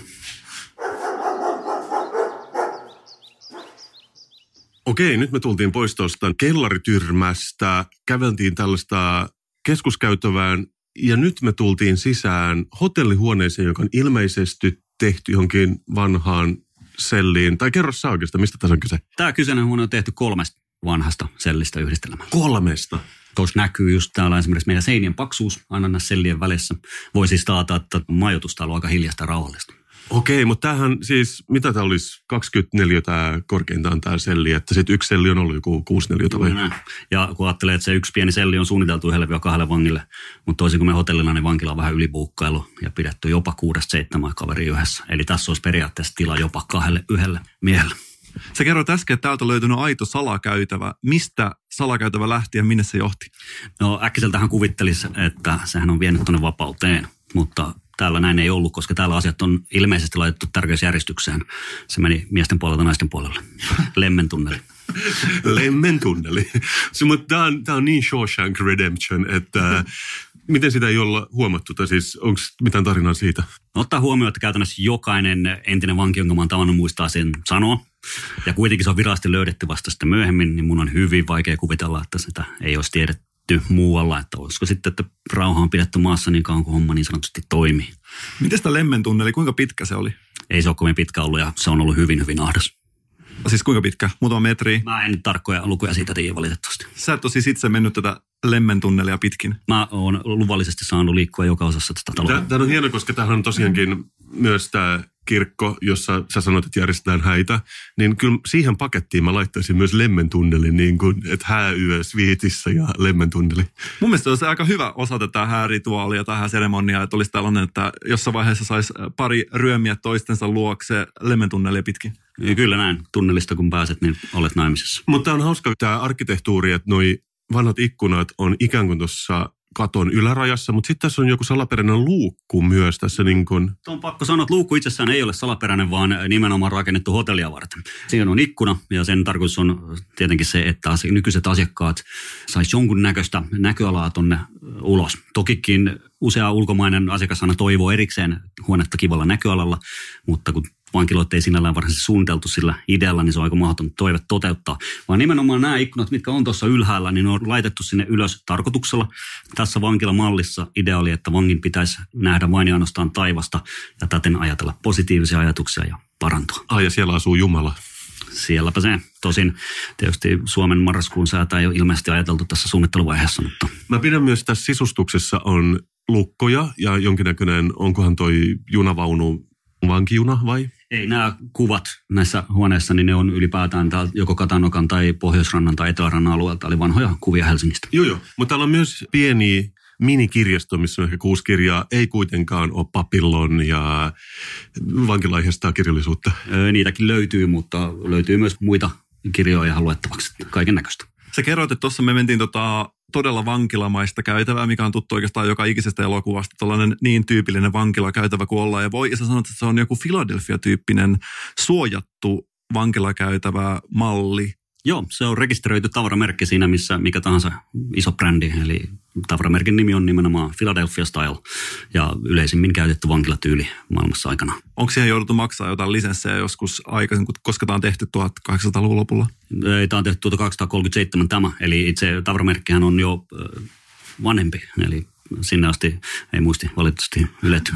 Okei, nyt me tultiin pois tuosta kellarityrmästä, käveltiin tällaista keskuskäytävään ja nyt me tultiin sisään hotellihuoneeseen, joka on ilmeisesti tehty johonkin vanhaan selliin. Tai kerro sä oikeastaan, mistä tässä on kyse? Tämä kyseinen huone on tehty 3 vanhasta sellistä yhdistelmää. 3? Tuossa näkyy just täällä esimerkiksi meidän seinien paksuus aina näissä sellien välissä. Voi siis taata, että majoitusta on aika hiljasta ja rauhallista. Okei, mutta tämähän siis, mitä tämä olisi, 24 tämä korkeintaan tämä selli, että sitten yksi selli on ollut joku 64 vai? Ja kun ajattelee, että se yksi pieni selli on suunniteltu 1-2 vangille, mutta toisin kuin me hotellilla, niin vankila on vähän ylibuukkailu ja pidetty jopa 6-7 kaveria yhdessä. Eli tässä olisi periaatteessa tila jopa 2-1 miehelle. Sä kerroit äsken, että täältä on löytynyt aito salakäytävä. Mistä salakäytävä lähti ja minne se johti? No äkkiseltähän kuvittelisi, että sehän on vienyt tuonne vapauteen, mutta täällä näin ei ollut, koska täällä asiat on ilmeisesti laitettu tärkeysjärjestykseen. Se meni miesten puolelta naisten puolelle. Lemmentunneli. Lemmentunneli. Mutta tämä on niin Shawshank Redemption, että miten sitä ei olla huomattu? Tai siis onko mitään tarinaa siitä? Ottaa huomioon, että käytännössä jokainen entinen vanki, jonka mä oon tavannut, muistaa sen sanoa. Ja kuitenkin se on virallisesti löydetty vasta sitten myöhemmin, niin mun on hyvin vaikea kuvitella, että sitä ei olisi tiedetty muualla. Että olisiko sitten, että rauha on pidetty maassa niin kauan kuin homma niin sanotusti toimii. Miten sitä Lemmentunneli, kuinka pitkä se oli? Ei se ole kovin pitkä ollut ja se on ollut hyvin, hyvin ahdas. Siis kuinka pitkä? Muutama metriä? Mä en tarkkoja lukuja siitä tiedä valitettavasti. Sä et ole siis itse mennyt tätä Lemmentunnelia pitkin? Mä oon luvallisesti saanut liikkua joka osassa tätä taloa. Tämä on hieno, koska tämähän on tosiaankin myös tämä kirkko, jossa sä sanoit, että järjestetään häitä. Niin kyllä siihen pakettiin mä laittaisin myös Lemmentunnelin, niin kuin, että hääyö Sviitissä ja Lemmentunneli. Mun mielestä olisi aika hyvä osa tätä häärituaalia tai hääseremoniaa, että olisi tällainen, että jossain vaiheessa saisi pari ryömiä toistensa luokse Lemmentunnelia pitkin. Ja kyllä näin. Tunnelista kun pääset, niin olet naimisissa. Mutta on hauska tämä arkkitehtuuri, että noi vanhat ikkunat on ikään kuin tuossa katon ylärajassa, mutta sitten tässä on joku salaperäinen luukku myös tässä niin kuin. On pakko sanoa, että luukku itsessään ei ole salaperäinen, vaan nimenomaan rakennettu hotellia varten. Siinä on ikkuna ja sen tarkoitus on tietenkin se, että nykyiset asiakkaat sais jonkun näköistä näköalaa tonne ulos. Tokikin usea ulkomainen asiakas aina toivoo erikseen huonetta kivalla näköalalla, mutta kun vankiloita ei sinällään varsinaisesti suunniteltu sillä idealla, niin se on aika mahdoton toive toteuttaa. Vaan nimenomaan nämä ikkunat, mitkä on tuossa ylhäällä, niin ne on laitettu sinne ylös tarkoituksella. Tässä vankilamallissa idea oli, että vangin pitäisi nähdä vain ja ainoastaan taivasta ja täten ajatella positiivisia ajatuksia ja parantua. Ja siellä asuu Jumala. Sielläpä se. Tosin tietysti Suomen marraskuun säätä ei ole ilmeisesti ajateltu tässä suunnitteluvaiheessa, mutta. Mä pidän myös tässä sisustuksessa on lukkoja ja jonkinnäköinen, onkohan toi junavaunu vankijuna vai? Ei, nämä kuvat näissä huoneissa, niin ne on ylipäätään täältä joko Katanokan tai Pohjoisrannan tai Etelärannan alueelta, eli vanhoja kuvia Helsingistä. Joo, mutta täällä on myös pieni minikirjasto, missä on ehkä 6 kirjaa, ei kuitenkaan ole Papillon ja vankilaiheista kirjallisuutta. Niitäkin löytyy, mutta löytyy myös muita kirjoja luettavaksi, kaiken näköistä. Sä kerroit, että tuossa me mentiin todella vankilamaista käytävää, mikä on tuttu oikeastaan joka ikisestä elokuvasta. Tuollainen niin tyypillinen vankilakäytävä kuin ollaan ja voi. Ja sä sanot, että se on joku Philadelphia-tyyppinen suojattu vankilakäytävä malli. Joo, se on rekisteröity tavaramerkki siinä, missä mikä tahansa iso brändi. Eli tavaramerkin nimi on nimenomaan Philadelphia Style ja yleisimmin käytetty vankilatyyli maailmassa aikana. Onko siihen jouduttu maksaa jotain lisenssejä joskus aikaisin, koska tämä on tehty 1800-luvun lopulla? Tämä on tehty 1837 tämä, eli itse tavaramerkkihän on jo vanhempi, eli sinne asti ei muisti valitettavasti yletty.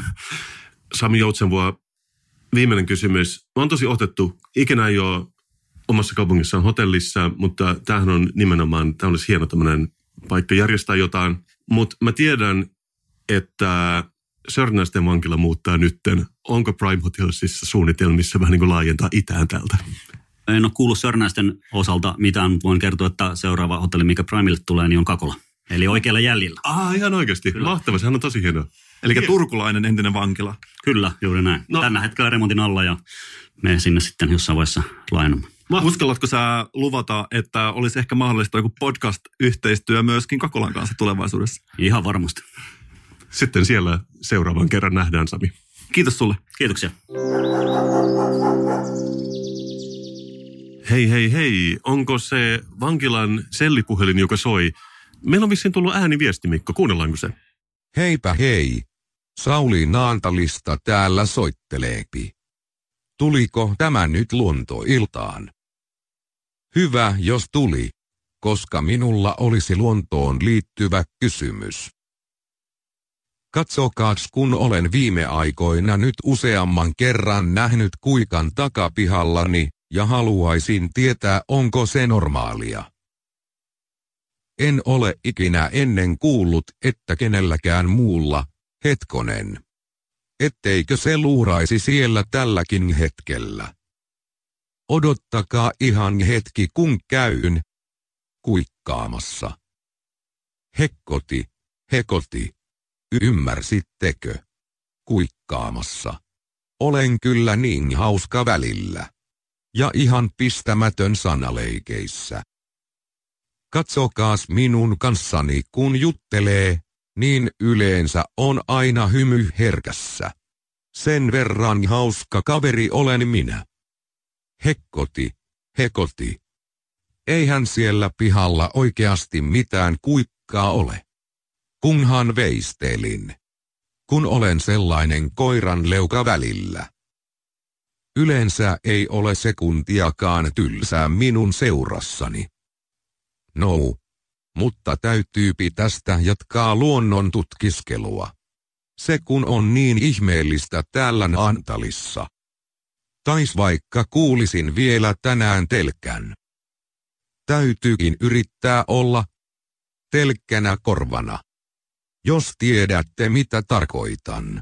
Sami Joutsenvuo, viimeinen kysymys. Mä oon tosi otettu, ikinä ei ole omassa kaupungissaan hotellissa, mutta tämähän on nimenomaan, tämä olisi hieno tämmöinen paikka järjestää jotain. Mutta mä tiedän, että Sörnäisten vankila muuttaa nytten. Onko Prime Hotelsissa suunnitelmissa vähän niin kuin laajentaa itään täältä? En ole kuullut Sörnäisten osalta mitään, mutta voin kertoa, että seuraava hotelli, mikä Primelle tulee, niin on Kakola. Eli oikealla jäljellä. Ihan oikeasti. Kyllä. Mahtavaa, sehän on tosi hienoa. Eli turkulainen entinen vankila. Kyllä, juuri näin. No. Tällä hetkellä remontin alla ja me sinne sitten jossain vaiheessa laajennamme. Uskallatko sä luvata, että olisi ehkä mahdollista joku podcast-yhteistyö myöskin Kakolan kanssa tulevaisuudessa? Ihan varmasti. Sitten siellä seuraavan kerran nähdään, Sami. Kiitos sulle. Kiitoksia. Hei. Onko se vankilan sellipuhelin, joka soi? Meillä on vissiin tullut ääniviesti, Mikko. Kuunnellaanko se? Heipä hei. Sauli Naantalista täällä soitteleepi. Tuliko tämä nyt luontoiltaan? Hyvä, jos tuli, koska minulla olisi luontoon liittyvä kysymys. Katsokaas, kun olen viime aikoina nyt useamman kerran nähnyt kuikan takapihallani, ja haluaisin tietää, onko se normaalia. En ole ikinä ennen kuullut, että kenelläkään muulla, hetkonen. Etteikö se luuraisi siellä tälläkin hetkellä? Odottakaa ihan hetki, kun käyn kuikkaamassa. Hekoti. Ymmärsittekö? Kuikkaamassa. Olen kyllä niin hauska välillä. Ja ihan pistämätön sanaleikeissä. Katsokaas minun kanssani, kun juttelee, niin yleensä on aina hymy herkässä. Sen verran hauska kaveri olen minä. Hekoti. Eihän siellä pihalla oikeasti mitään kuikkaa ole. Kunhan veistelin. Kun olen sellainen koiran leuka välillä. Yleensä ei ole sekuntiakaan tylsää minun seurassani. No, mutta täytyypi tästä jatkaa luonnon tutkiskelua. Se kun on niin ihmeellistä täällä Naantalissa. Tais vaikka kuulisin vielä tänään telkän. Täytyykin yrittää olla telkkänä korvana. Jos tiedätte mitä tarkoitan.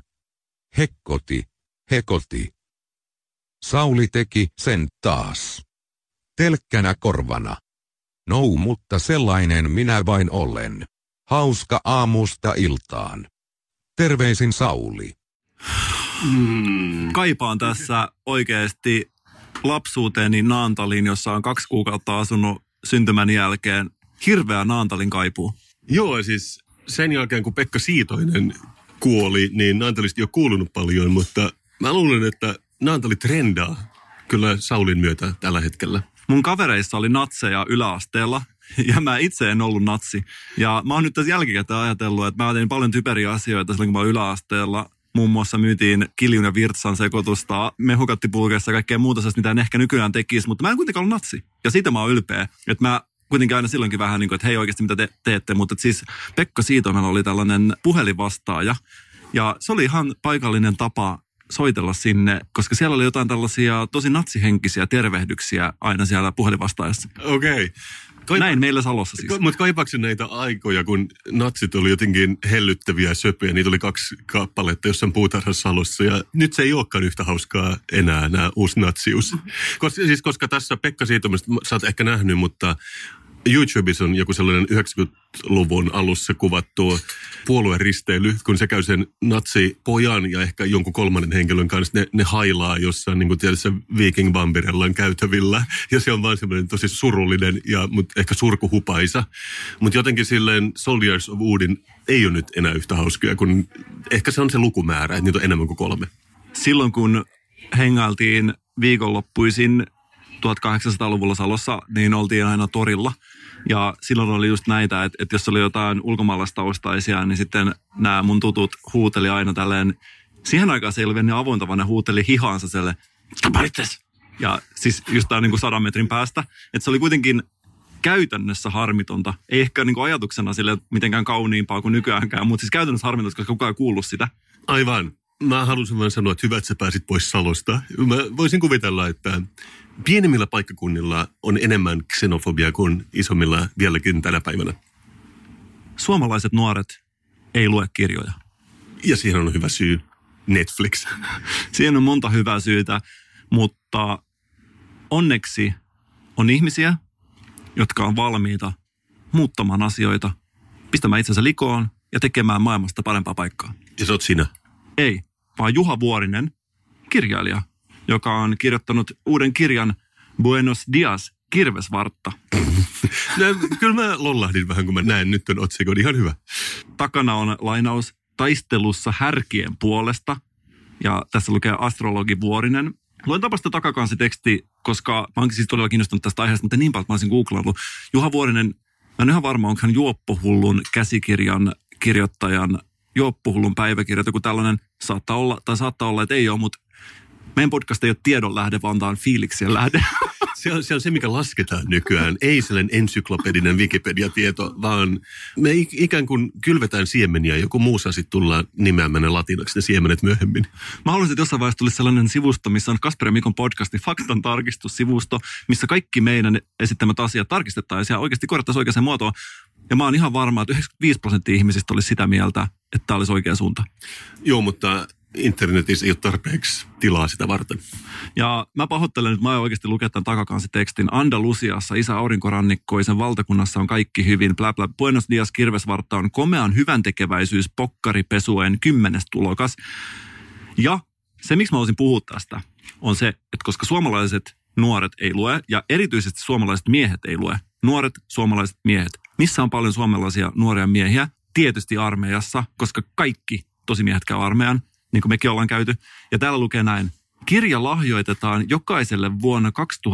Hekoti. Sauli teki sen taas. Telkkänä korvana. No, mutta sellainen minä vain olen. Hauska aamusta iltaan. Terveisin Sauli. Kaipaan tässä oikeasti lapsuuteeni Naantaliin, jossa on 2 kuukautta asunut syntymän jälkeen. Hirveä Naantalin kaipuu. Joo, siis sen jälkeen kun Pekka Siitoinen kuoli, niin Naantalista ei ole kuulunut paljon, mutta mä luulen, että Naantali trendaa kyllä Saulin myötä tällä hetkellä. Mun kavereissa oli natseja yläasteella, ja mä itse en ollut natsi. Ja mä oon nyt tässä jälkikäteen ajatellut, että mä tein paljon typeriä asioita silloin, kun mä oon yläasteella. Muun muassa myytiin Kiljun ja Virtsan sekoitusta, mehukattipulkeissa ja kaikkea muuta, mitä en ehkä nykyään tekisi, mutta mä en kuitenkaan ollut natsi. Ja siitä mä oon ylpeä, että mä kuitenkin aina silloinkin vähän niin kuin, että hei oikeasti mitä te teette, mutta siis Pekka Siitoimella oli tällainen puhelinvastaaja, ja se oli ihan paikallinen tapa soitella sinne, koska siellä oli jotain tällaisia tosi natsihenkisiä tervehdyksiä aina siellä puhelinvastaajassa. Okei. Näin meillä Salossa siis. Mutta kaipaako näitä aikoja, kun natsit oli jotenkin hellyttäviä söpöjä, niitä oli 2 kappaletta jossain puutarhassa Salossa, ja nyt se ei olekaan yhtä hauskaa enää, nämä uusi natsius. Koska tässä Pekka Siitomasta, sä oot ehkä nähnyt, mutta YouTubessa on joku sellainen 90-luvun alussa kuvattu puolueristeily, kun se käy sen natsipojan ja ehkä jonkun 3. henkilön kanssa, ne hailaa jossain niin kuin tietysti Viking Vampirellan käytävillä. Ja se on vaan semmoinen tosi surullinen ja ehkä surkuhupaisa. Mutta jotenkin silleen Soldiers of Odin ei ole nyt enää yhtä hauskia, kun ehkä se on se lukumäärä, että niitä on enemmän kuin 3. Silloin kun hengailtiin viikonloppuisin 1800-luvulla Salossa, niin oltiin aina torilla. Ja silloin oli just näitä, että jos oli jotain ulkomaalaistaustaisia, niin sitten nämä mun tutut huuteli aina tälleen. Siihen aikaan se ei ollut vielä niin avointa, vaan ne huuteli hihaansa selle, kaparittes! Ja siis just tää niin kuin 100 metrin päästä. Että se oli kuitenkin käytännössä harmitonta. Ei ehkä niin kuin ajatuksena sille mitenkään kauniimpaa kuin nykyäänkään, mutta siis käytännössä harmitonta, koska kukaan ei kuullut sitä. Aivan. Mä halusin vain sanoa, että hyvä, että sä pääsit pois Salosta. Mä voisin kuvitella, että pienemmillä paikkakunnilla on enemmän xenofobiaa kuin isommilla vieläkin tänä päivänä. Suomalaiset nuoret ei lue kirjoja. Ja siihen on hyvä syy. Netflix. Siihen on monta hyvää syytä, mutta onneksi on ihmisiä, jotka on valmiita muuttamaan asioita, pistämään itsensä likoon ja tekemään maailmasta parempaa paikkaa. Ja sä oot sinä? Ei, vaan Juha Vuorinen, kirjailija, joka on kirjoittanut uuden kirjan Buenos Dias, Kirvesvartta. No, kyllä mä lollahdin vähän, kun mä näen nyt on otsikon ihan hyvä. Takana on lainaus taistelussa härkien puolesta, ja tässä lukee astrologi Vuorinen. Luen tapasta takakansi teksti, koska mä oonkin siis todella kiinnostunut tästä aiheesta, mutta niin paljon mä olisin googlaillut. Juha Vuorinen Mä en ihan varma, onko hän Juoppohullun käsikirjan kirjoittajan Juoppohullun päiväkirjat, joku tällainen saattaa olla, että ei ole, mutta meidän podcast ei ole tiedon lähde, vaan tämä on fiiliksien lähde. Se on se, mikä lasketaan nykyään. Ei sellainen ensyklopedinen Wikipedia-tieto, vaan me ikään kuin kylvetään siemeniä. Joku muu saa sitten tulla nimeämään latinaksi ne siemenet myöhemmin. Mä haluaisin, että jossain vaiheessa tulisi sellainen sivusto, missä on Kasper ja Mikon podcastin faktan tarkistussivusto, missä kaikki meidän esittämät asiat tarkistettaisiin ja oikeasti korjattaisiin oikeaan muotoon. Ja mä oon ihan varma, että 95% ihmisistä olisi sitä mieltä, että tämä olisi oikea suunta. Joo, mutta internetissä ei ole tarpeeksi tilaa sitä varten. Ja mä pahoittelen nyt, mä oon oikeasti lukea tämän takakansitekstin. Andalusiassa, isä aurinkorannikkoisen valtakunnassa on kaikki hyvin. Blä, blä. Buenos Dias, kirvesvartta on komean hyväntekeväisyys, pokkaripesuen 10. tulokas. Ja se, miksi mä haluaisin puhua tästä, on se, että koska suomalaiset nuoret ei lue, ja erityisesti suomalaiset miehet ei lue. Nuoret suomalaiset miehet. Missä on paljon suomalaisia nuoria miehiä? Tietysti armeijassa, koska kaikki tosimiehet käy armeijan, niin kuin mekin ollaan käyty. Ja täällä lukee näin. Kirja lahjoitetaan jokaiselle vuonna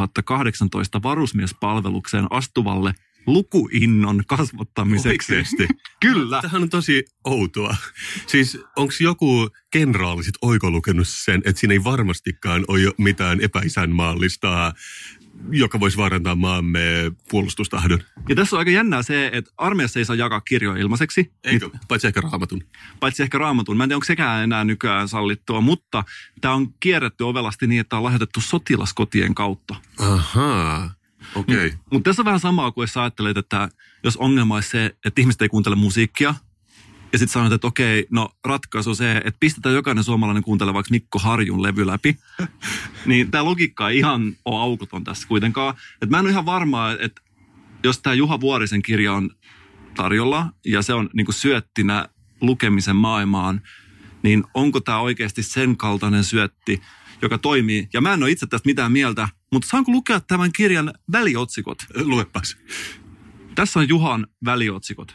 2018 varusmiespalvelukseen astuvalle lukuinnon kasvattamiseksi. Oikeasti? Kyllä. Tämähän on tosi outoa. Siis onko joku kenraali sit oikolukenut sen, että siinä ei varmastikaan ole mitään epäisänmaallista, joka voisi vaarantaa maamme puolustustahdon? Ja tässä on aika jännää se, että armeijassa ei saa jakaa kirjoja ilmaiseksi. Eikö? Paitsi ehkä Raamatun. Paitsi ehkä Raamatun. Mä en tiedä, onko sekään enää nykyään sallittua, mutta tämä on kierretty ovelasti niin, että on lahjoitettu sotilaskotien kautta. Ahaa. Okei. Okay. Mutta tässä on vähän samaa kuin jos sä ajattelet, että jos ongelma olisi se, että ihmiset ei kuuntele musiikkia, ja sitten sanot, että okei, no ratkaisu se, että pistetään jokainen suomalainen kuuntele vaikka Mikko Harjun levy läpi, niin tämä logiikka ei ihan ole aukoton tässä kuitenkaan. Et mä en ole ihan varma, että jos tämä Juha Vuorisen kirja on tarjolla, ja se on niinku syöttinä lukemisen maailmaan, niin onko tämä oikeasti sen kaltainen syötti, joka toimii? Ja mä en ole itse tästä mitään mieltä, mutta saanko lukea tämän kirjan väliotsikot? Luepas. Tässä on Juhan väliotsikot.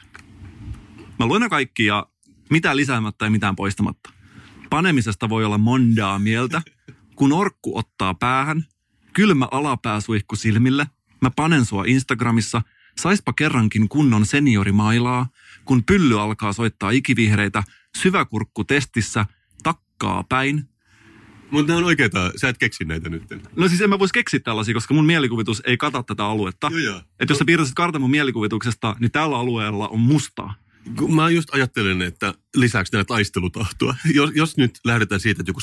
Mä luen ne kaikki ja mitään lisäämättä ja mitään poistamatta. Panemisesta voi olla mondaa mieltä. Kun orkku ottaa päähän, kylmä alapääsuihku silmille, mä panen sua Instagramissa, saispa kerrankin kunnon seniorimailaa, kun pylly alkaa soittaa ikivihreitä, syväkurkku testissä, takkaa päin. Mutta nämä on oikeita, sä et keksi näitä nyt. No siis en mä vois keksiä tällaisia, koska mun mielikuvitus ei kata tätä aluetta. Että jos sä piirtäisit kartan mun mielikuvituksesta, niin tällä alueella on mustaa. Mä just ajattelen, että lisäksi näitä taistelutahtoa. Jos nyt lähdetään siitä, että joku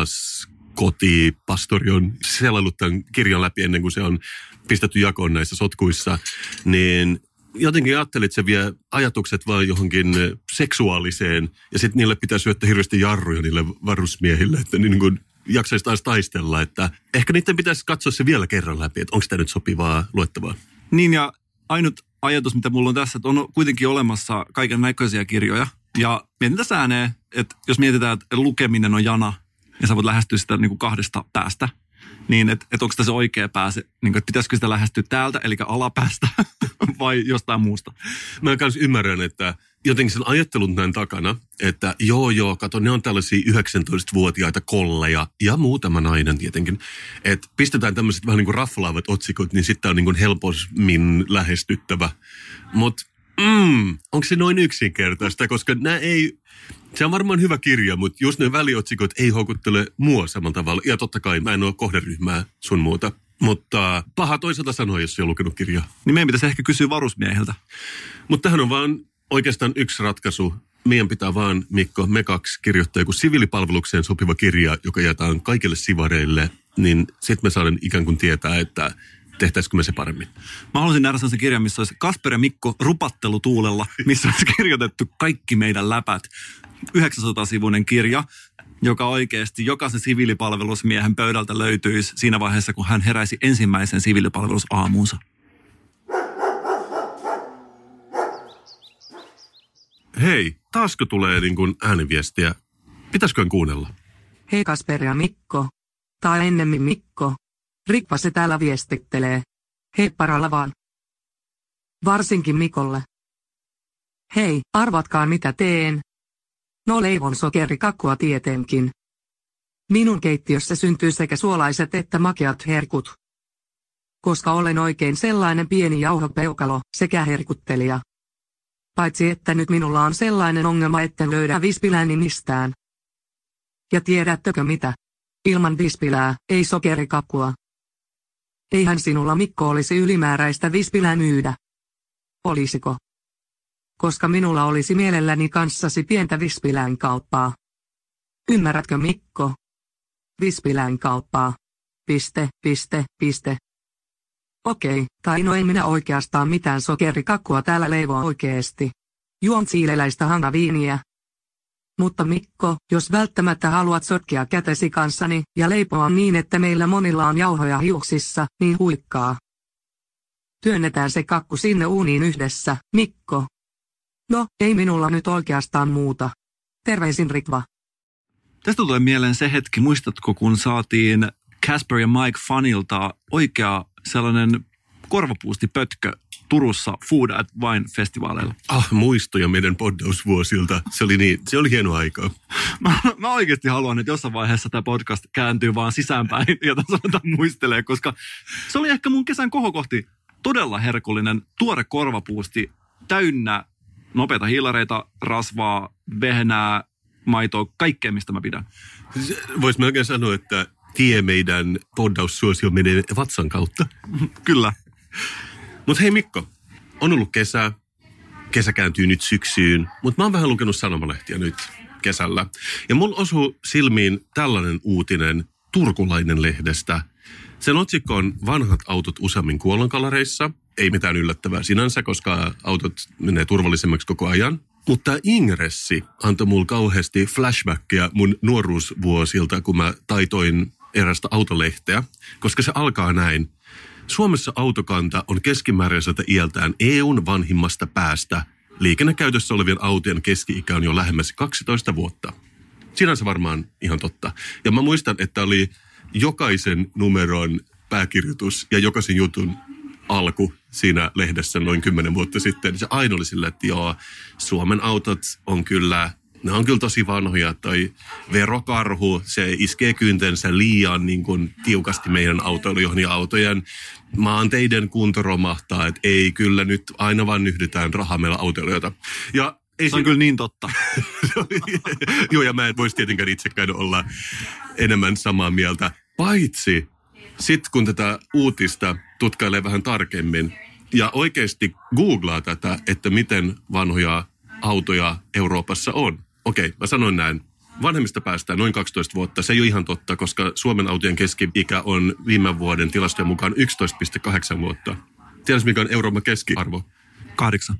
sotilaskotipastori on selailut tämän kirjan läpi ennen kuin se on pistetty jakoon näissä sotkuissa, niin jotenkin ajattelin, että se vie ajatukset vaan johonkin seksuaaliseen, ja sitten niille pitää syöttää hirveästi jarruja niille varusmiehille, että niin kuin jaksaisi taas taistella, että ehkä niiden pitäisi katsoa se vielä kerran läpi, että onko tämä nyt sopivaa luettavaa. Niin, ja ainut ajatus, mitä mulla on tässä, että on kuitenkin olemassa kaiken näköisiä kirjoja, ja mietin tässä ääneen, että jos mietitään, että lukeminen on jana, ja sä voit lähestyä sitä niin kuin kahdesta päästä, niin että onko tämä se oikea pää, niin kuin, että pitäisikö sitä lähestyä täältä, eli alapäästä, vai jostain muusta? Mä myös ymmärrän, että jotenkin sen ajattelun näin takana, että joo, kato, ne on tällaisia 19-vuotiaita kolleja ja muutama nainen tietenkin. Että pistetään tämmöiset vähän niin kuin raflaavat otsikot, niin sitten on niin kuin helpommin lähestyttävä. Mutta onko se noin yksinkertaista, koska nämä ei... Se on varmaan hyvä kirja, mutta just ne väliotsikot ei houkuttele mua samalla tavalla. Ja totta kai mä en ole kohderyhmää sun muuta. Mutta paha toisaalta sanoa, jos ei ole lukenut kirjaa. Niin meidän pitäisi ehkä kysyä varusmiehiltä. Mutta tähän on vaan oikeastaan yksi ratkaisu. Meidän pitää vaan, Mikko, me kaksi kirjoittaa joku siviilipalvelukseen sopiva kirja, joka jaetaan kaikille sivareille. Niin sitten me saadaan ikään kuin tietää, että tehtäisikö me se paremmin. Mä haluaisin nähdä sellaisen kirjan, missä olisi Kasper ja Mikko rupattelutuulella, missä olisi kirjoitettu kaikki meidän läpät. 900-sivuinen kirja, joka oikeasti jokaisen siviilipalvelusmiehen pöydältä löytyisi siinä vaiheessa, kun hän heräisi ensimmäisen siviilipalvelusaamuunsa. Hei, taasko tulee niin kuin ääniviestiä? Pitäisiköhän kuunnella? Hei Kasper ja Mikko. Tai ennemmin Mikko. Rikpa se täällä viestittelee. Heipparalla vaan. Varsinkin Mikolle. Hei, arvatkaa mitä teen. No leivon sokerikakkua tietenkin. Minun keittiössä syntyy sekä suolaiset että makeat herkut. koska olen oikein sellainen pieni jauhopeukalo sekä herkuttelija. Paitsi että nyt minulla on sellainen ongelma, etten löydä vispilääni mistään. Ja tiedättekö mitä? Ilman vispilää ei sokerikakkua. Eihän sinulla, Mikko, olisi ylimääräistä vispilää myydä. Olisiko? Koska minulla olisi mielelläni kanssasi pientä vispilään kauppaa. Ymmärrätkö, Mikko? Vispilään kauppaa. Piste. Okei, tai no en minä oikeastaan mitään sokerikakkua täällä leivoa oikeesti. Juon siileläistä hangaviiniä. Mutta Mikko, jos välttämättä haluat sotkea kätesi kanssani ja leipoa niin, että meillä monilla on jauhoja hiuksissa, niin huikkaa. Työnnetään se kakku sinne uuniin yhdessä, Mikko. No, ei minulla nyt oikeastaan muuta. Terveisin Ritva. Tästä tulee mieleen se hetki, muistatko, kun saatiin Casper ja Mike Funilta oikea sellainen korvapuustipötkö Turussa Food at Wine-festivaaleilla. Muistoja meidän poddausvuosilta. Se oli hieno aikaa. Mä oikeasti haluan, että jossain vaiheessa tämä podcast kääntyy vaan sisäänpäin ja tässä aletaan muistelee, koska se oli ehkä mun kesän kohokohti todella herkullinen tuore korvapuusti täynnä nopeita hiilareita, rasvaa, vehnää, maitoa, kaikkea mistä mä pidän. Vois melkein sanoa, että tie meidän poddaussuosio menee vatsan kautta. Kyllä. Mutta hei Mikko, on ollut kesä kääntyy nyt syksyyn, mutta mä oon vähän lukenut sanomalehtiä nyt kesällä. Ja mulla osuu silmiin tällainen uutinen Turkulainen lehdestä. Sen otsikko on vanhat autot useammin kuolonkolareissa. Ei mitään yllättävää sinänsä, koska autot menee turvallisemmaksi koko ajan. Mutta ingressi antoi mulle kauheasti flashbackia mun nuoruusvuosilta, kun mä taitoin erästä autolehteä, koska se alkaa näin. Suomessa autokanta on keskimääräiseltä iältään EUn vanhimmasta päästä. Liikennekäytössä olevien autojen keski-ikä on jo lähemmäs 12 vuotta. Sinänsä varmaan ihan totta. Ja mä muistan, että oli jokaisen numeron pääkirjoitus ja jokaisen jutun alku siinä lehdessä noin 10 vuotta sitten. Se aina oli sillä, että joo, Suomen autot on kyllä, ne on kyllä tosi vanhoja. Toi verokarhu, se iskee kyntensä liian niin kuin tiukasti meidän autoilujohon ja autojen maanteiden kunto romahtaa. Että ei kyllä nyt aina vaan nyhdetään rahaa meillä autoilijoita. Ja ei se on kyllä niin totta. Joo, ja mä en voisi tietenkään itsekään olla enemmän samaa mieltä. Paitsi sitten kun tätä uutista tutkailee vähän tarkemmin ja oikeasti googlaa tätä, että miten vanhoja autoja Euroopassa on. Okei, mä sanoin näin. Vanhemmista päästään noin 12 vuotta. Se ei ole ihan totta, koska Suomen autojen keski-ikä on viime vuoden tilastojen mukaan 11,8 vuotta. Tiedätkö, mikä on Euroopan keskiarvo? 8.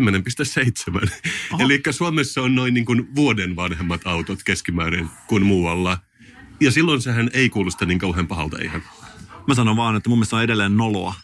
10,7. Eli Suomessa on noin niin kuin vuoden vanhemmat autot keskimäärin kuin muualla. Ja silloin sehän ei kuulosta niin kauhean pahalta ihan. Mä sanon vaan, että mun mielestä on edelleen noloa.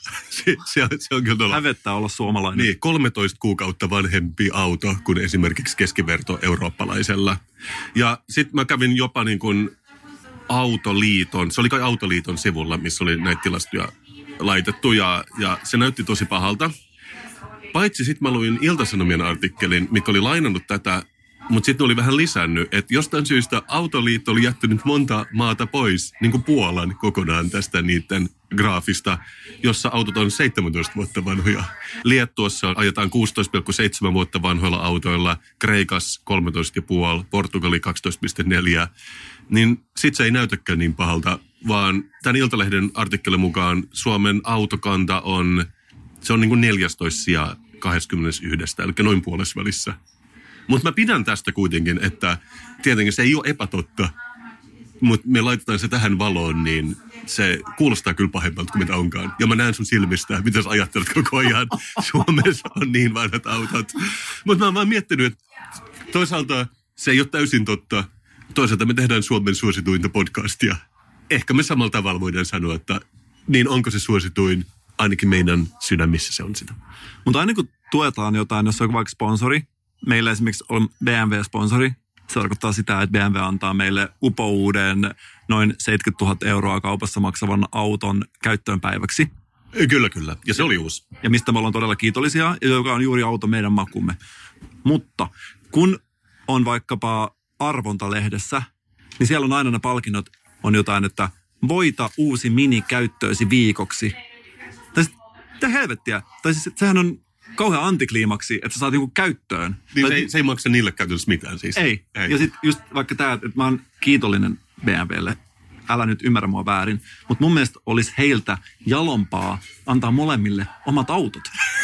se on kyllä noloa. Hävettää olla suomalainen. Niin, 13 kuukautta vanhempi auto kuin esimerkiksi keskiverto eurooppalaisella. Ja sitten mä kävin jopa niin kuin Autoliiton, se oli kai Autoliiton sivulla, missä oli näitä tilastoja laitettu ja se näytti tosi pahalta. Paitsi sitten mä luin Ilta-Sanomien artikkelin, mikä oli lainannut tätä, mutta sitten oli vähän lisännyt, että jostain syystä Autoliitto oli jättänyt monta maata pois, niin kuin Puolan kokonaan tästä niiden graafista, jossa autot on 17 vuotta vanhoja. Liettuassa ajetaan 16,7 vuotta vanhoilla autoilla, Kreikassa 13,5, Portugali 12,4. Niin sit se ei näytäkään niin pahalta, vaan tämän Iltalehden artikkelin mukaan Suomen autokanta on, se on niin kuin 14 sijaa 21, eli noin puolesvälissä. Mutta mä pidän tästä kuitenkin, että tietenkin se ei ole epätotta, mutta me laitetaan se tähän valoon, niin se kuulostaa kyllä pahemmalta kuin mitä onkaan. Ja mä näen sun silmistä, mitä sä ajattelet koko ajan. Suomessa on niin vanhat autot. Mutta mä oon vaan miettinyt, että toisaalta se ei ole täysin totta. Toisaalta me tehdään Suomen suosituinta podcastia. Ehkä me samalla tavalla voidaan sanoa, että niin onko se suosituin, ainakin meidän sydämissä se on sitä. Mutta aina kun tuetaan jotain, jos on vaikka sponsori, meillä esimerkiksi on BMW-sponsori. Se tarkoittaa sitä, että BMW antaa meille upouuden noin 70 000 euroa kaupassa maksavan auton käyttöön päiväksi. Kyllä. Ja se oli uusi. Ja mistä me ollaan todella kiitollisia, joka on juuri auto meidän makumme. Mutta kun on vaikkapa arvontalehdessä, niin siellä on aina ne palkinnot on jotain, että voita uusi Mini käyttöösi viikoksi. Mitä helvettiä? Tai siis sehän on kauhean antikliimaksi, että sä saat niinku käyttöön. Niin se ei maksa niille käytännössä mitään siis. Ei. Ja sitten just vaikka tämä, että mä oon kiitollinen BMWlle. Älä nyt ymmärrä mua väärin. Mutta mun mielestä olisi heiltä jalompaa antaa molemmille omat autot.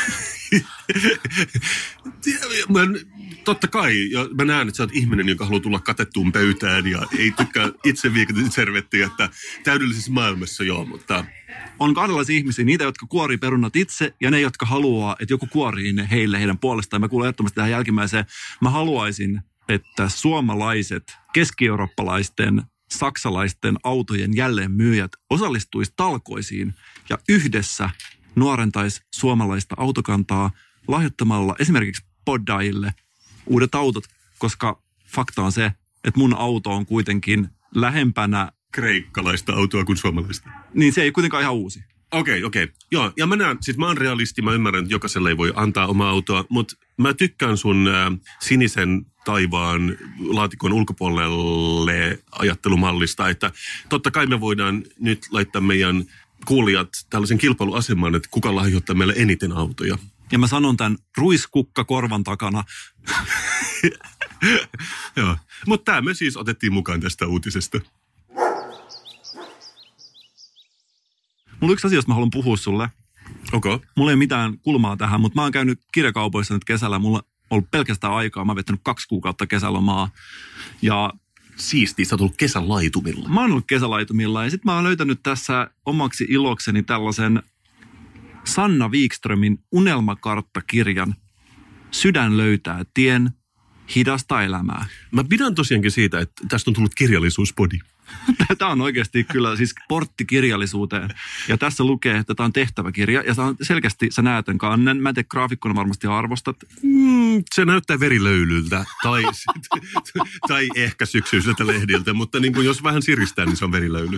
Totta kai. Ja mä näen, että sä oot ihminen, joka haluaa tulla katettuun pöytään ja ei tykkää itse viikata servettiä, että täydellisessä maailmassa joo, mutta... On kahdenlaisia ihmisiä, niitä, jotka kuorii perunat itse ja ne, jotka haluaa, että joku kuorii ne heidän puolestaan. Mä kuulen ehdottomasti tähän jälkimmäiseen. Mä haluaisin, että suomalaiset, keski-eurooppalaisten, saksalaisten autojen jälleenmyyjät osallistuisi talkoisiin ja yhdessä nuorentaisi suomalaista autokantaa lahjoittamalla esimerkiksi poddaille uudet autot, koska fakta on se, että mun auto on kuitenkin lähempänä kreikkalaista autoa kuin suomalaista. Niin se ei kuitenkaan ihan uusi. Okei. Joo, ja mä oon realisti, mä ymmärrän, että jokaiselle ei voi antaa omaa autoa, mutta mä tykkään sun sinisen taivaan laatikon ulkopuolelle ajattelumallista, että totta kai me voidaan nyt laittaa meidän kuulijat tällaisen kilpailuasemaan, että kuka lahjoittaa meille eniten autoja. Ja mä sanon tämän ruiskukka korvan takana. Joo, mutta tämä me siis otettiin mukaan tästä uutisesta. Mulla on yksi asia, josta mä haluan puhua sulle. Okay. Mulla ei ole mitään kulmaa tähän, mutta mä oon käynyt kirjakaupoissa nyt kesällä. Mulla on ollut pelkästään aikaa. Mä oon vettänyt 2 kuukautta kesälomaa. Ja siistiä, sä oot ollut kesälaitumilla. Mä oon ollut kesälaitumilla ja sit mä oon löytänyt tässä omaksi ilokseni tällaisen Sanna Wikströmin unelmakarttakirjan Sydän löytää tien, hidasta elämää. Mä pidän tosiaankin siitä, että tästä on tullut kirjallisuuspodi. Tämä on oikeasti kyllä siis portti kirjallisuuteen. Ja tässä lukee, että tämä on tehtäväkirja. Ja selkeästi sä näet tämän kannen. Mä en tiedä, graafikkona varmasti arvostat. Se näyttää verilöylyltä. Tai ehkä syksyiseltä lehdiltä. Mutta niin kuin jos vähän siristää, niin se on verilöyly.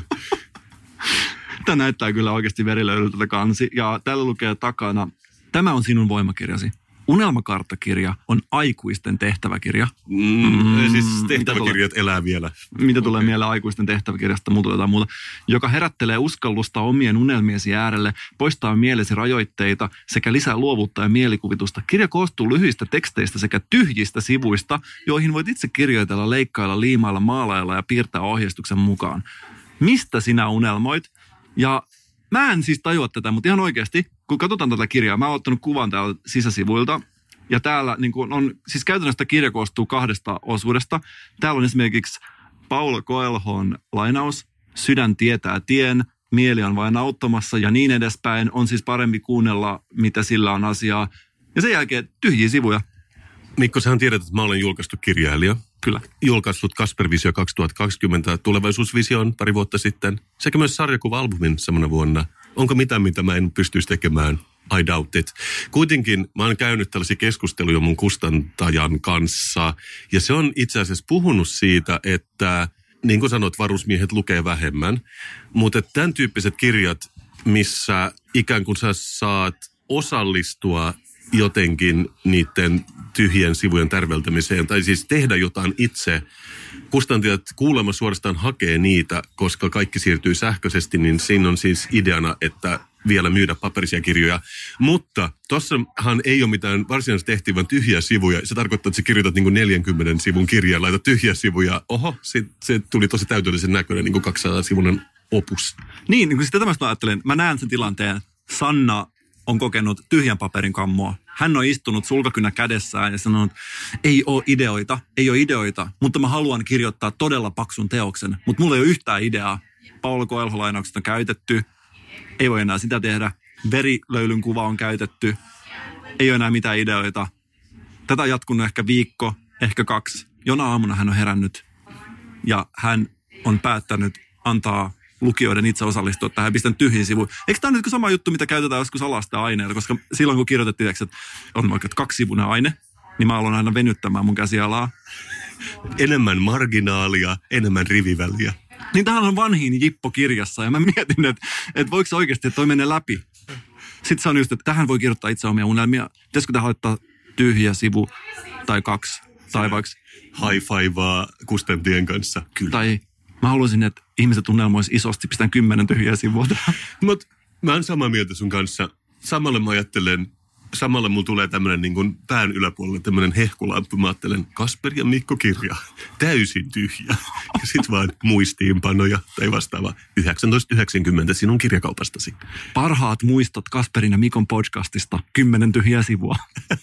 Tämä näyttää kyllä oikeasti verilöylyltä kansi. Ja täällä lukee takana, tämä on sinun voimakirjasi. Unelmakarttakirja on aikuisten tehtäväkirja. Siis tehtäväkirjat elää vielä. Mitä tulee mieleen aikuisten tehtäväkirjasta, mulla tulee jotain muuta. Joka herättelee uskallusta omien unelmiesi äärelle, poistaa mielesi rajoitteita sekä lisää luovuutta ja mielikuvitusta. Kirja koostuu lyhyistä teksteistä sekä tyhjistä sivuista, joihin voit itse kirjoitella, leikkailla, liimailla, maalailla ja piirtää ohjeistuksen mukaan. Mistä sinä unelmoit? Ja mä en siis tajua tätä, mutta ihan oikeasti, kun katsotaan tätä kirjaa, mä oon ottanut kuvan täällä sisäsivuilta, ja täällä niin kuin on, siis käytännössä kirja koostuu 2 osuudesta. Täällä on esimerkiksi Paulo Coelhon lainaus, Sydän tietää tien, mieli on vain auttamassa ja niin edespäin. On siis parempi kuunnella, mitä sillä on asiaa. Ja sen jälkeen tyhjiä sivuja. Mikko, sähän tiedät, että mä olen julkaistu kirjailija. Kyllä. Julkaissut Kasper Visio 2020 tulevaisuusvision pari vuotta sitten. Sekä myös sarjakuva-albumin samana vuonna. Onko mitään, mitä mä en pystyisi tekemään? I doubt it. Kuitenkin mä oon käynyt tällaisia keskusteluja mun kustantajan kanssa. Ja se on itse asiassa puhunut siitä, että niin kuin sanot, varusmiehet lukee vähemmän. Mutta tämän tyyppiset kirjat, missä ikään kuin sä saat osallistua jotenkin niiden tyhjien sivujen tärveltämiseen, tai siis tehdä jotain itse. Kustantajat kuulemma suorastaan hakee niitä, koska kaikki siirtyy sähköisesti, niin siinä on siis ideana, että vielä myydä paperisia kirjoja. Mutta tossahan ei ole mitään varsinaisesti tehtävää tyhjiä sivuja. Se tarkoittaa, että sä kirjoitat niin kuin 40 sivun kirjaa, laitat tyhjiä sivuja. Oho, se tuli tosi täydellisen näköinen, niin kuin 200-sivuinen opus. Niin kuin sitä tämmöistä mä ajattelen. Mä näen sen tilanteen. Sanna on kokenut tyhjän paperin kammoa. Hän on istunut sulkakynä kädessään ja sanonut, ei ole ideoita, mutta mä haluan kirjoittaa todella paksun teoksen. Mutta mulla ei ole yhtään ideaa. Paulo Coelho-lainaukset on käytetty. Ei voi enää sitä tehdä. Verilöylyn kuva on käytetty. Ei ole enää mitään ideoita. Tätä on jatkunut ehkä viikko, ehkä 2. Jona aamuna hän on herännyt ja hän on päättänyt antaa lukijoiden itse osallistua tähän, pistän tyhjiin sivuun. Eikö tämä ole nyt sama juttu, mitä käytetään joskus alasteaineella? Koska silloin, kun kirjoitettiin, että on vaikka 2-sivuinen aine, niin mä aloin aina venyttämään mun käsialaa. Enemmän marginaalia, enemmän riviväliä. Niin tämähän on vanhin Jippo-kirjassa, ja mä mietin, että voiko se oikeasti, että toi menee läpi. Sitten se on just, että tähän voi kirjoittaa itse omia unelmia. Pitäisikö tähän laittaa tyhjä sivu tai 2, tai vaikka high-fivea kustantien kanssa. Kyllä. Tai mä haluaisin, että ihmiset unelmoisi isosti, pistän 10 tyhjää sivua. Mutta mä oon samaa mieltä sun kanssa. samalla mä ajattelen, samalla mulla tulee tämmöinen niin kuin pään yläpuolelle tämmöinen hehkulamppu. Mä ajattelen Kasper ja Mikko -kirja. Täysin tyhjä. Ja sit vaan muistiinpanoja tai vastaava 1990 sinun kirjakaupastasi. Parhaat muistot Kasperin ja Mikon podcastista. 10 tyhjää sivua.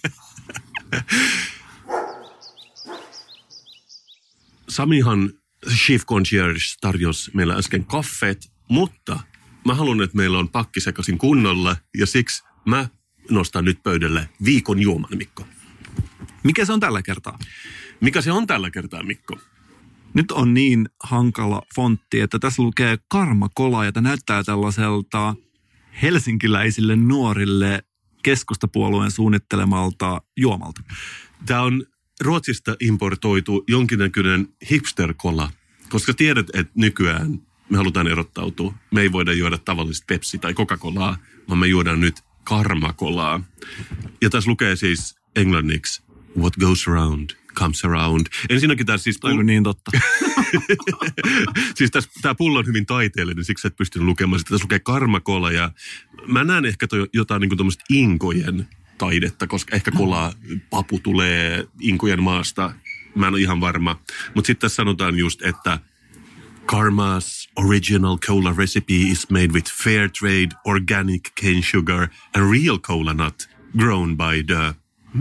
Samihan Chief Concierge tarjosi meillä äsken kaffeet, mutta mä haluan, että meillä on pakki sekaisin kunnolla ja siksi mä nostan nyt pöydälle viikon juoman, Mikko. Mikä se on tällä kertaa? Mikä se on tällä kertaa, Mikko? Nyt on niin hankala fontti, että tässä lukee Karma Cola ja tämä näyttää tällaiselta helsinkiläisille nuorille keskustapuolueen suunnittelemalta juomalta. Tämä on Ruotsista importoitu jonkinnäköinen hipster-kola, koska tiedät, että nykyään me halutaan erottautua. Me ei voida juoda tavallista Pepsi- tai Coca-Colaa, vaan me juodaan nyt Karma-kolaa. Ja tässä lukee siis englanniksi, what goes around comes around. Ensinnäkin tässä siis... Onko niin totta? Siis tämä pullo on hyvin taiteellinen, siksi et pystynyt lukemaan sitä. Tässä lukee Karma-kola ja mä näen ehkä jotain niin kuin tuommoista inkojen taidetta, koska ehkä papu tulee inkojen maasta. Mä en ole ihan varma. Mutta sitten tässä sanotaan just, että Karma's original cola recipe is made with fair trade, organic cane sugar and real cola nut grown by the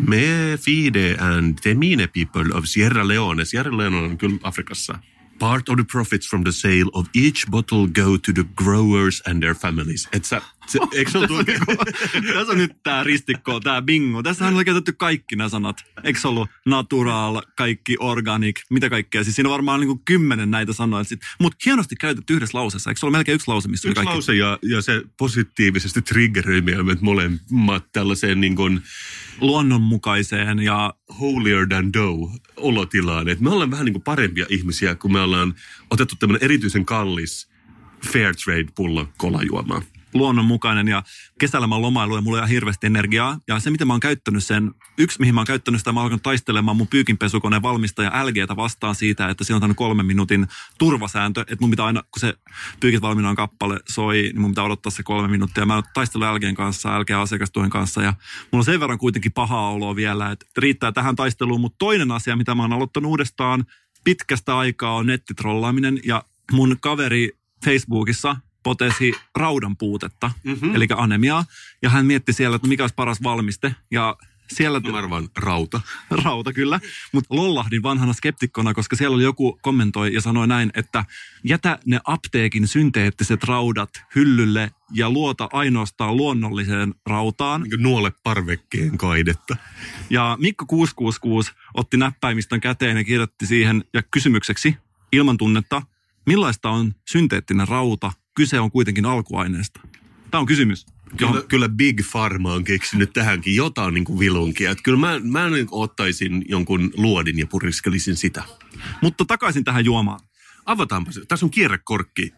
Me Fide and Temine people of Sierra Leone. Sierra Leone on kyllä Afrikassa. Part of the profits from the sale of each bottle go to the growers and their families. Eikö se ole Tässä on nyt tämä ristikko, tämä bingo. Tässähän on käytetty kaikki nämä sanat. Eikö se ollut natural, kaikki organic, mitä kaikkea. Siis siinä on varmaan niin kuin 10 näitä sanoja. Mutta hienosti käytetty yhdessä lauseessa. Eikö se ole melkein yksi lause, missä yksi kaikki? Lause ja se positiivisesti triggeröi meidät molemmat tällaiseen niin kuin luonnonmukaiseen ja holier than thou olotilaan. Et me ollaan vähän niin kuin parempia ihmisiä, kun me ollaan otettu tämmöinen erityisen kallis fair trade pullo kolajuomaa. Luonnonmukainen ja kesällä mä oon lomailu ja mulla on ihan hirveästi energiaa. Ja se, miten mä oon käyttänyt sen, mihin mä oon käyttänyt sitä, mä oon alkanut taistelemaan mun pyykinpesukoneen valmistaja LG:tä vastaan siitä, että siinä on tämmöinen 3 minuutin turvasääntö, että mun pitää aina, kun se pyykit valmiinaan kappale soi, niin mun pitää odottaa se 3 minuuttia. Mä oon taistellut LG:n kanssa, LG-asiakastuen kanssa ja mulla on sen verran kuitenkin pahaa oloa vielä, että riittää tähän taisteluun. Mutta toinen asia, mitä mä oon aloittanut uudestaan pitkästä aikaa on nettitrollaaminen ja mun kaveri Facebookissa potesi raudan puutetta, eli anemiaa. Ja hän mietti siellä, että mikä olisi paras valmiste. Ja siellä... Mä arvaan rauta. Rauta, kyllä. Mutta lollahdin vanhana skeptikkona, koska siellä oli joku kommentoi ja sanoi näin, että jätä ne apteekin synteettiset raudat hyllylle ja luota ainoastaan luonnolliseen rautaan. Niin nuole parvekkeen kaidetta. Ja Mikko 666 otti näppäimistön käteen ja kirjoitti siihen ja kysymykseksi ilman tunnetta, millaista on synteettinen rauta? Kyse on kuitenkin alkuaineesta. Tämä on kysymys. Kyllä Big Pharma on keksinyt tähänkin jotain niin kuin vilunkia. Että kyllä mä niin ottaisin jonkun luodin ja puriskelisin sitä. Mutta takaisin tähän juomaan. Avataanpa se. Tässä on kierrekorkki.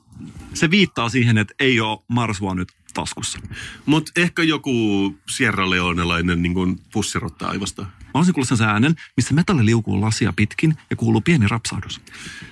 Se viittaa siihen, että ei ole marsua nyt taskussa. Mutta ehkä joku Sierra Leonelainen niin kuin pussirotta aivasta. Mä olisin kuullut sen äänen, missä metalli liukuu lasia pitkin ja kuuluu pieni rapsahdus.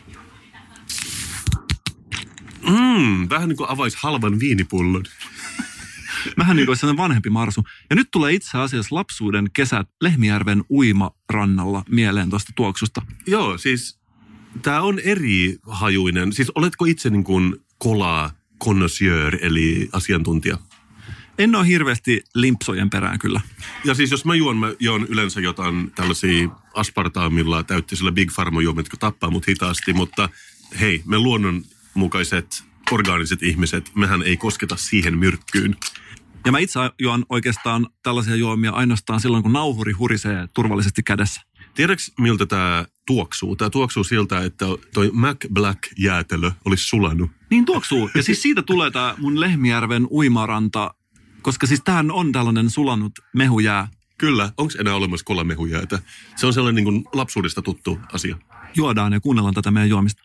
Vähän niin kuin avaisi halvan viinipullon. Vähän niin kuin sellainen vanhempi marsu. Ja nyt tulee itse asiassa lapsuuden kesät Lehmijärven uimarannalla mieleen tuosta tuoksusta. Joo, siis tämä on eri hajuinen. Siis oletko itse niin kuin cola connoisseur, eli asiantuntija? En ole hirveästi limpsojen perään kyllä. Ja siis jos mä juon yleensä jotain tällaisia aspartaamilla täytteisillä Big Pharma-juomia, jotka tappaa mut hitaasti, mutta hei, me luonnonmukaiset orgaaniset ihmiset, mehän ei kosketa siihen myrkkyyn. Ja mä itse juon oikeastaan tällaisia juomia ainoastaan silloin, kun nauhuri hurisee turvallisesti kädessä. Tiedätkö, miltä tämä tuoksuu? Tämä tuoksuu siltä, että toi Mac Black-jäätelö olisi sulanut. Niin tuoksuu. Ja siis siitä tulee tämä mun Lehmijärven uimaranta, koska siis tämähän on tällainen sulanut mehujää. Kyllä. Onko enää olemassa kolamehujäätä? Se on sellainen niin kuin lapsuudesta tuttu asia. Juodaan ja kuunnellaan tätä meidän juomista.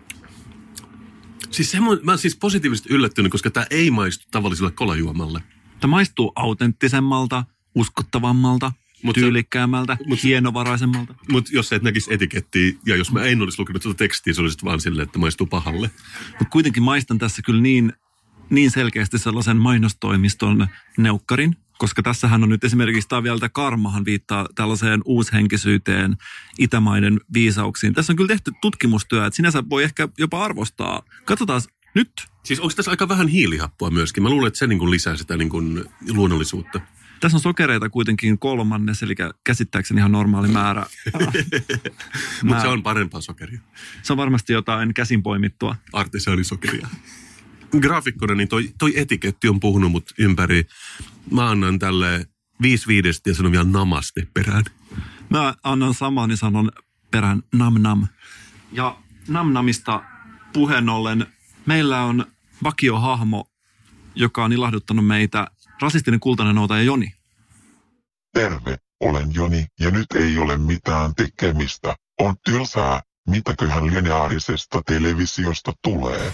Siis mä oon siis positiivisesti yllättynyt, koska tämä ei maistu tavalliselle kolajuomalle. Tämä maistuu autenttisemmalta, uskottavammalta, tyylikkäämmältä, hienovaraisemmalta. Mutta jos sä et näkisi etikettiä ja jos mä en olisi lukenut tuota tekstiä, se olisi vaan silleen, että maistuu pahalle. Mutta kuitenkin maistan tässä kyllä niin niin selkeästi sellaisen mainostoimiston neukkarin, koska tässähän on nyt esimerkiksi tämä vielä Karmahan viittaa tällaiseen uushenkisyyteen, itämaiden viisauksiin. Tässä on kyllä tehty tutkimustyö, että sinänsä voi ehkä jopa arvostaa. Katsotaan nyt. Siis onko tässä aika vähän hiilihappoa myöskin? Mä luulen, että se niin kuin lisää sitä niin kuin luonnollisuutta. Tässä on sokereita kuitenkin 1/3, eli käsittääkseni ihan normaali määrä. Mutta se on parempaa sokeria. Se on varmasti jotain käsin poimittua. Artesaanisokeria. Graafikkona, niin toi etiketti on puhunut mut ympäri. Mä annan tälle 5/5 ja sanon vielä namaste perään. Mä annan samaa, niin sanon perään nam. Ja namista puheen ollen, meillä on vakiohahmo, joka on ilahduttanut meitä, rasistinen kultainen noutaja Joni. Terve, olen Joni ja nyt ei ole mitään tekemistä. On tylsää, mitäköhän lineaarisesta televisiosta tulee.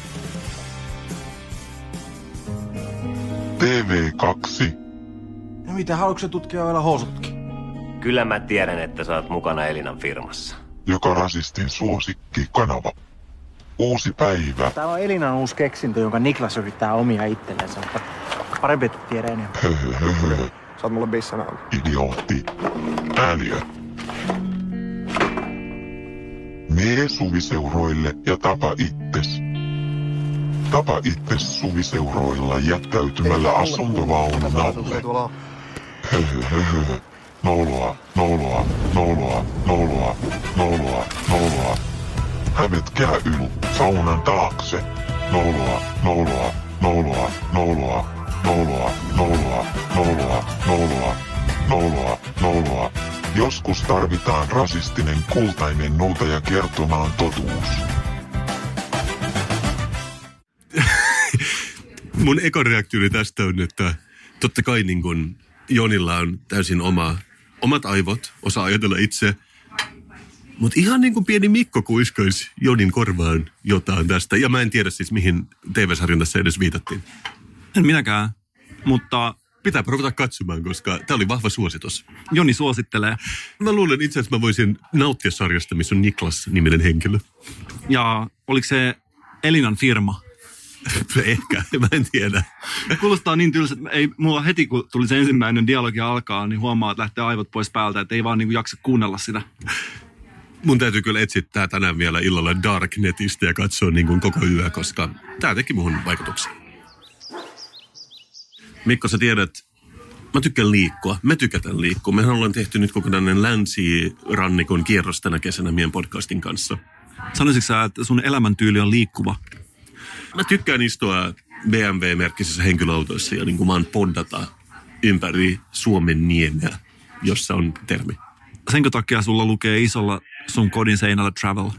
TV2. No mitä, haluatko se tutkia vielä housutkin? Kyllä mä tiedän, että sä oot mukana Elinan firmassa. Joka rasistin suosikkikanava. Uusi päivä. Tää on Elinan uusi keksintö, jonka Niklas yrittää omia itsellensä, mutta parempi, että tiedä enemmän. Sä oot mulle bissana ollut. Idiootti. Ääliö. Mee suviseuroille ja tapa itses. Tapa itses suviseuroilla jättäytymällä asuntovaunun alle. Noloa. Hävetkää yl saunan taakse. Noloa. Joskus tarvitaan rasistinen kultainen noutaja kertomaan totuus. Mun ekoreaktio tästä on, että totta kai niin kun Jonilla on täysin omat aivot, osaa ajatella itse. Mutta ihan niin kuin pieni Mikko kuiskaisi Jonin korvaan jotain tästä. Ja mä en tiedä siis, mihin TV-sarjan tässä edes viitattiin. En minäkään, mutta pitää ruveta katsomaan, koska tämä oli vahva suositus. Joni suosittelee. Mä luulen itse asiassa, mä voisin nauttia sarjasta, missä on Niklas-niminen henkilö. Ja oliko se Elinan firma? Ehkä, mä en tiedä. Kuulostaa niin tylsä, että ei mulla heti kun tuli se ensimmäinen dialogi alkaa, niin huomaa, että lähtee aivot pois päältä, että ei vaan niin kuin jaksa kuunnella sitä. Mun täytyy kyllä etsiä tää tänään vielä illalla Darknetistä ja katsoa niin kuin koko yö, koska tää teki muhun vaikutuksia. Mikko, sä tiedät, mä tykkään liikkua. Me tykätään liikkua. Mehän ollaan tehty nyt kokonainen länsirannikon kierros tänä kesänä meidän podcastin kanssa. Sanoisitko sä, että sun elämäntyyli on liikkuva? Mä tykkään istua BMW-merkkisissä henkilöautoissa ja niin kuin vaan poddata ympäri Suomen niemeä, jossa on termi. Senkö takia sulla lukee isolla sun kodin seinällä travel?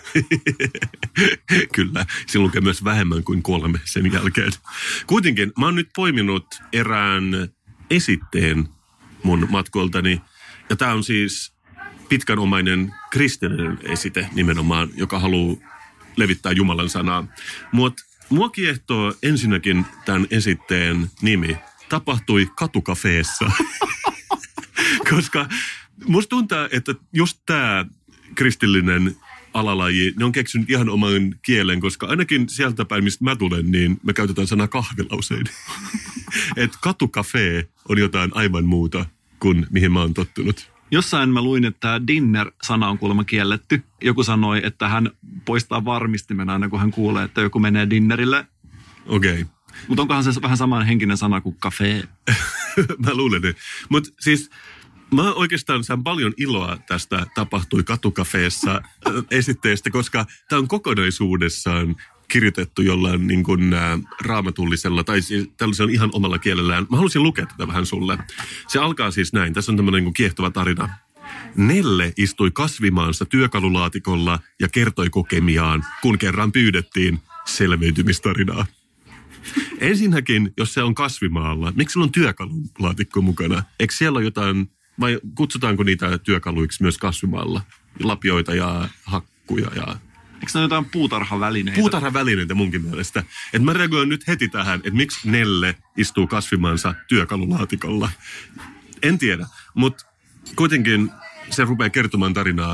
Kyllä, se lukee myös vähemmän kuin 3 sen jälkeen. Kuitenkin mä oon nyt poiminut erään esitteen mun matkoiltani. Ja tää on siis pitkänomainen kristillinen esite nimenomaan, joka haluaa levittää Jumalan sanaa. Mua kiehtoo ensinnäkin tämän esitteen nimi. Tapahtui katukafeessa. Koska musta tuntuu, että just tämä kristillinen alalaji, ne on keksinyt ihan oman kielen, koska ainakin sieltä päin, mistä mä tulen, niin me käytetään sanaa kahvila usein. Että katukafee on jotain aivan muuta kuin mihin mä oon tottunut. Jossain mä luin, että dinner-sana on kuulemma kielletty. Joku sanoi, että hän poistaa varmistimen aina, kun hän kuulee, että joku menee dinnerille. Okei. Okay. Mutta onkohan se vähän samanhenkinen sana kuin kafee? Mä luulen. Mutta siis mä oikeastaan saan paljon iloa tästä tapahtui katukafeessa esitteestä, koska tämä on kokonaisuudessaan kirjoitettu jollain niin kuin raamatullisella tai siis tällaisella ihan omalla kielellään. Mä haluaisin lukea tätä vähän sulle. Se alkaa siis näin. Tässä on tämmöinen niin kuin kiehtova tarina. Nelle istui kasvimaansa työkalulaatikolla ja kertoi kokemiaan, kun kerran pyydettiin selviytymistarinaa. Ensinnäkin, jos se on kasvimaalla, miksi sillä on työkalulaatikko mukana? Eikö siellä ole jotain, vai kutsutaanko niitä työkaluiksi myös kasvimaalla? Lapioita ja hakkuja ja... Eikö ne ole jotain puutarhavälineitä? Puutarhavälineitä munkin mielestä. Et mä reagoin nyt heti tähän, että miksi Nelle istuu kasvimaansa työkalulaatikolla. En tiedä, mutta kuitenkin se rupeaa kertomaan tarinaa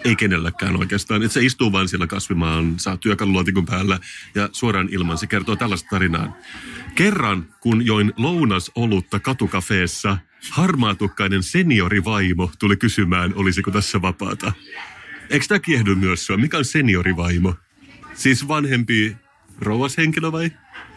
ei kenelläkään oikeastaan. Että se istuu vaan siellä kasvimaan, saa työkalulaatikon päällä ja suoraan ilman. Se kertoo tällaista tarinaa. Kerran, kun join lounasolutta katukafeessa, harmaatukkainen seniorivaimo tuli kysymään, olisiko tässä vapaata. Eikö tämä kiehdy myös sua? Mikä on seniorivaimo? Siis vanhempi rouvashenkilö vai?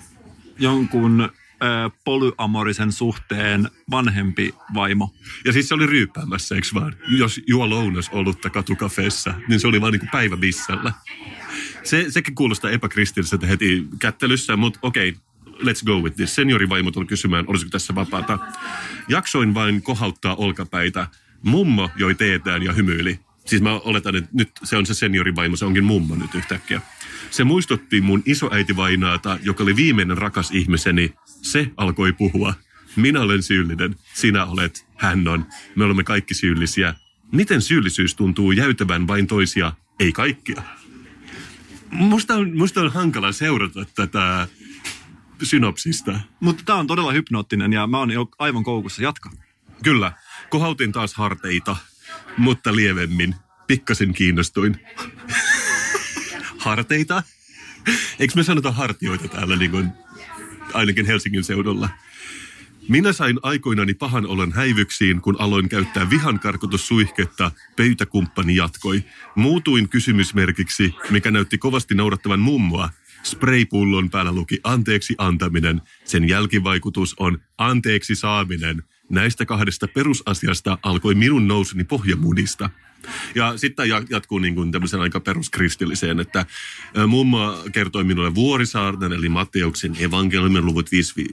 Jonkun polyamorisen suhteen vanhempi vaimo. Ja siis se oli ryyppäämässä, eikö vaan? Jos juo lounasolutta katukafeessa, niin se oli vaan niin kuin päivämissällä. Sekin kuulostaa epäkristilliseltä heti kättelyssä, mutta okei. Let's go with this. Seniorivaimo tuli kysymään, olisiko tässä vapaata. Jaksoin vain kohauttaa olkapäitä. Mummo joi teetään ja hymyili. Siis mä oletan, että nyt se on se seniorivaimo, se onkin mummo nyt yhtäkkiä. Se muistutti mun isoäitivainaata, joka oli viimeinen rakas ihmiseni. Se alkoi puhua. Minä olen syyllinen, sinä olet, hän on. Me olemme kaikki syyllisiä. Miten syyllisyys tuntuu jäytävän vain toisia, ei kaikkia? Musta on hankala seurata tätä synopsista. Mutta tää on todella hypnoottinen ja mä oon jo aivan koukussa. Jatka. Kyllä. Kohautin taas harteita, mutta lievemmin. Pikkasen kiinnostuin. Harteita? Eikö me sanota hartioita täällä niin kuin ainakin Helsingin seudulla? Minä sain aikoinani pahan olon häivyksiin, kun aloin käyttää vihankarkotussuihketta, pöytäkumppani jatkoi. Muutuin kysymysmerkiksi, mikä näytti kovasti naurattavan mummoa. Spraypullon päällä luki anteeksi antaminen. Sen jälkivaikutus on anteeksi saaminen. Näistä kahdesta perusasiasta alkoi minun nousuni pohjamunista. Ja sitten jatkuu niin kuin tämmöisen aika peruskristilliseen, että mummo kertoi minulle Vuorisaarnan, eli Matteuksen evankeliumin luvut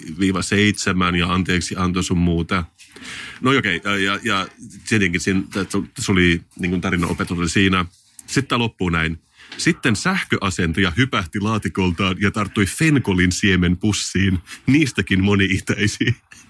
5-7 ja anteeksi anto sun muuta. No okei, ja tietenkin se oli niin kuin tarinaopetus siinä. Sitten tämä loppuu näin. Sitten sähköasentaja hypähti laatikoltaan ja tarttui fenkolin siemen pussiin. Niistäkin moni-itäisiä.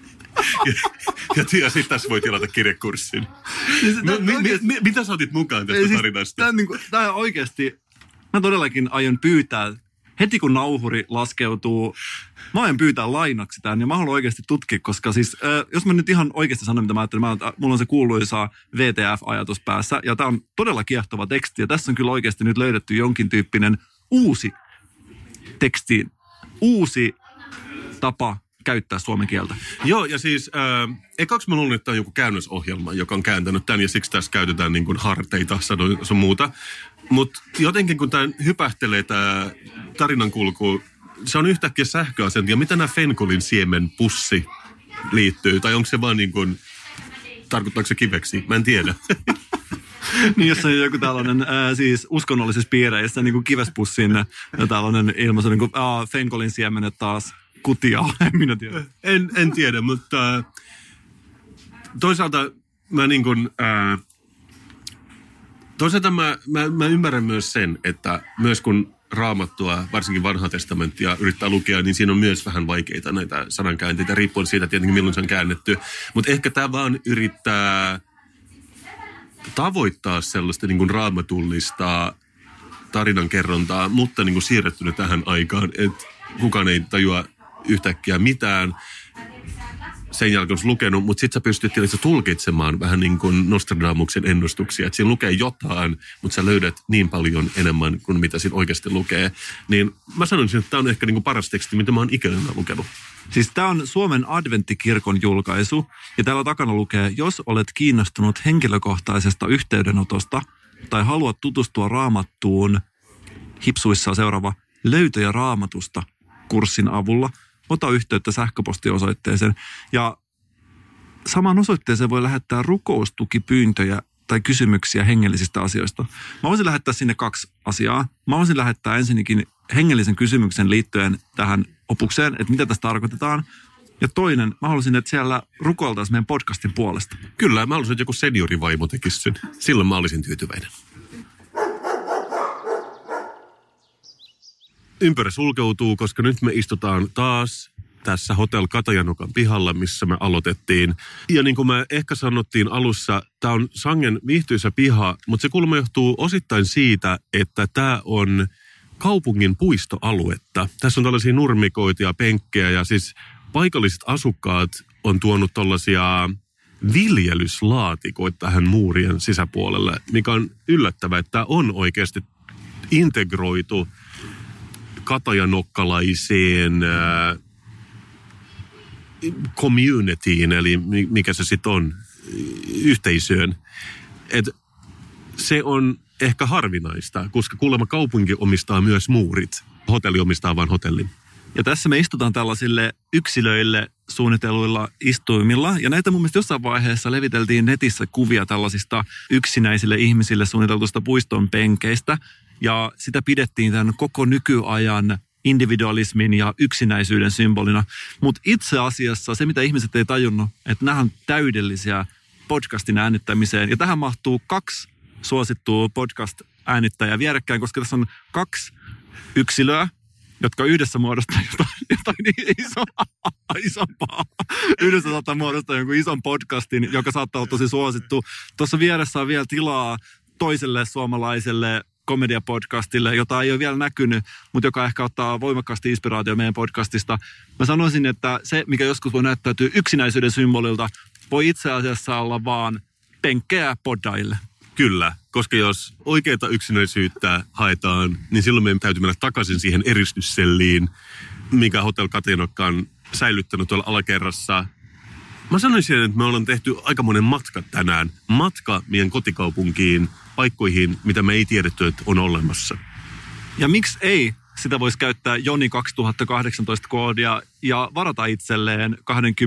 Ja sitten tässä voi tilata kirjekurssin. Siis mitä sä otit mukaan tästä tarinasta? Tämä oikeasti, mä todellakin aion pyytää, heti kun nauhuri laskeutuu, mä aion pyytää lainaksi tämän ja mä haluan oikeasti tutkia, koska siis, jos mä nyt ihan oikeasti sanon, mitä mä ajattelin, mulla on se kuuluisa VTF-ajatus päässä ja tämä on todella kiehtova teksti ja tässä on kyllä oikeasti nyt löydetty jonkin tyyppinen uusi teksti, uusi tapa käyttää suomen kieltä. Joo, ja siis ekaksi mä luulin, että on joku käännösohjelma, joka on kääntänyt tämän, ja siksi tässä käytetään niin kuin harteita, sun muuta. Mutta jotenkin, kun tämä hypähtelee, tämä tarinan kulku, se on yhtäkkiä sähköasentaja. Mitä nämä fenkolin siemen pussi liittyy? Tai onko se vaan niin kuin, tarkoittaako se kiveksi? Mä en tiedä. Niin, jos on joku tällainen siis uskonnollisissa piireissä niin kuin kivespussin tällainen ilmaisu, niin kuin fenkolin siemenet taas kutiaa, en minä tiedä. En tiedä, mutta toisaalta mä niin kuin, toisaalta mä ymmärrän myös sen, että myös kun Raamattua, varsinkin Vanhaa testamenttia yrittää lukea, niin siinä on myös vähän vaikeita näitä sanankäänteitä, riippuen siitä tietenkin milloin se on käännetty. Mutta ehkä tämä vaan yrittää tavoittaa sellaista niin kuin raamatullista tarinankerrontaa, mutta niin kuin siirrettynä tähän aikaan, että kukaan ei tajua yhtäkkiä mitään sen jälkeen olisi lukenut, mutta sitten sä pystyt tulkitsemaan vähän niin kuin Nostradamuksen ennustuksia, että siinä lukee jotain, mutta sä löydät niin paljon enemmän kuin mitä siinä oikeasti lukee. Niin mä sanoisin, että tämä on ehkä niin kuin paras teksti, mitä mä oon ikinä lukenut. Siis tämä on Suomen adventtikirkon julkaisu ja täällä takana lukee, jos olet kiinnostunut henkilökohtaisesta yhteydenotosta tai haluat tutustua Raamattuun, hipsuissa seuraava löytöjä Raamatusta kurssin avulla, ota yhteyttä sähköpostiosoitteeseen ja samaan osoitteeseen voi lähettää rukoustukipyyntöjä tai kysymyksiä hengellisistä asioista. Mä voisin lähettää sinne 2 asiaa. Mä voisin lähettää ensinnäkin hengellisen kysymyksen liittyen tähän opukseen, että mitä tässä tarkoitetaan. Ja toinen, mä haluaisin, että siellä rukoiltaisiin meidän podcastin puolesta. Kyllä, mä haluaisin, että joku seniorivaimo tekisi sen. Silloin mä olisin tyytyväinen. Ympärä sulkeutuu, koska nyt me istutaan taas tässä Hotel Katajanokan pihalla, missä me aloitettiin. Ja niin kuin me ehkä sanottiin alussa, tämä on sangen viihtyisä piha, mutta se kulma johtuu osittain siitä, että tämä on kaupungin puistoaluetta. Tässä on tällaisia nurmikoita ja penkkejä ja siis paikalliset asukkaat on tuonut tällaisia viljelyslaatikoita tähän muurien sisäpuolelle, mikä on yllättävää, että tämä on oikeasti integroitu katajanokkalaiseen communityin, eli mikä se sitten on, yhteisöön. Et se on ehkä harvinaista, koska kuulemma kaupunki omistaa myös muurit. Hotelli omistaa vain hotellin. Ja tässä me istutaan tällaisille yksilöille suunnitelluilla istuimilla. Ja näitä mun mielestä jossain vaiheessa leviteltiin netissä kuvia tällaisista yksinäisille ihmisille suunniteltuista puiston penkeistä. Ja sitä pidettiin tämän koko nykyajan individualismin ja yksinäisyyden symbolina. Mutta itse asiassa se, mitä ihmiset ei tajunnut, että nämä on täydellisiä podcastin äänittämiseen. Ja tähän mahtuu 2 suosittua podcast-äänittäjää vierekkäin, koska tässä on 2 yksilöä, jotka yhdessä muodostaa jotain isompaa. Yhdessä saattaa muodostaa jonkun ison podcastin, joka saattaa olla tosi suosittu. Tuossa vieressä on vielä tilaa toiselle suomalaiselle komediapodcastille, jota ei ole vielä näkynyt, mutta joka ehkä ottaa voimakkaasti inspiraatio meidän podcastista. Mä sanoisin, että se, mikä joskus voi näyttäytyä yksinäisyyden symbolilta, voi itse asiassa olla vaan penkkejä poddaille. Kyllä, koska jos oikeaa yksinäisyyttä haetaan, niin silloin meidän täytyy mennä takaisin siihen eristysselliin, mikä Hotel Katianokka on säilyttänyt tuolla alakerrassa. Mä sanoisin, että me ollaan tehty aikamoinen matka tänään. Matka meidän kotikaupunkiin, paikkoihin, mitä me ei tiedetty, että on olemassa. Ja miksi ei sitä voisi käyttää Joni 2018 koodia ja varata itselleen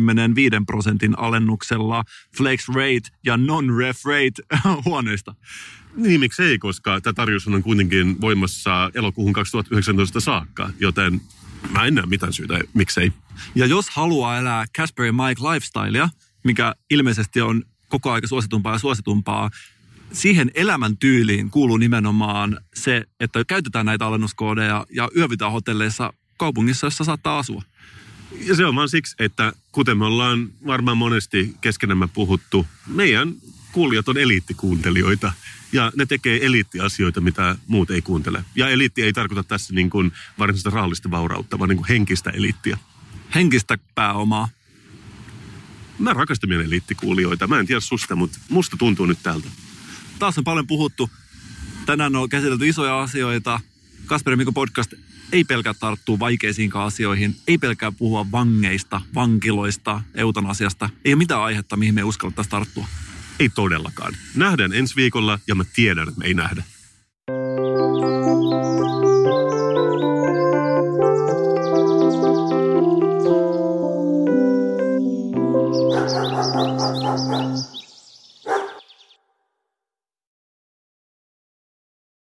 25% alennuksella Flex Rate ja Non-Ref Rate huoneista? Niin, miksi ei, koska tämä tarjous on kuitenkin voimassa elokuuhun 2019 saakka, joten mä en näe mitään syytä, miksei. Ja jos haluaa elää Casper ja Mike lifestylea, mikä ilmeisesti on koko aika suositumpaa ja suositumpaa, siihen elämäntyyliin kuuluu nimenomaan se, että käytetään näitä alennuskoodeja ja yövytään hotelleissa kaupungissa, jossa saattaa asua. Ja se on vaan siksi, että kuten me ollaan varmaan monesti keskenämme puhuttu, meidän kuulijat on eliittikuuntelijoita ja ne tekee eliittiasioita, mitä muut ei kuuntele. Ja eliitti ei tarkoita tässä niin kuin varsinaista rahallista vaurautta, vaan niin kuin henkistä eliittiä. Henkistä pääomaa. Mä rakastan meidän eliittikuulijoita. Mä en tiedä susta, mutta musta tuntuu nyt tältä. Taas on paljon puhuttu. Tänään on käsitelty isoja asioita. Kasper ja Mikko podcast ei pelkää tarttua vaikeisiinkaan asioihin. Ei pelkää puhua vangeista, vankiloista, eutanasiasta. Ei ole mitään aihetta, mihin me ei uskallettaisi tarttua. Ei todellakaan. Nähdään ensi viikolla ja mä tiedän, että me ei nähdä.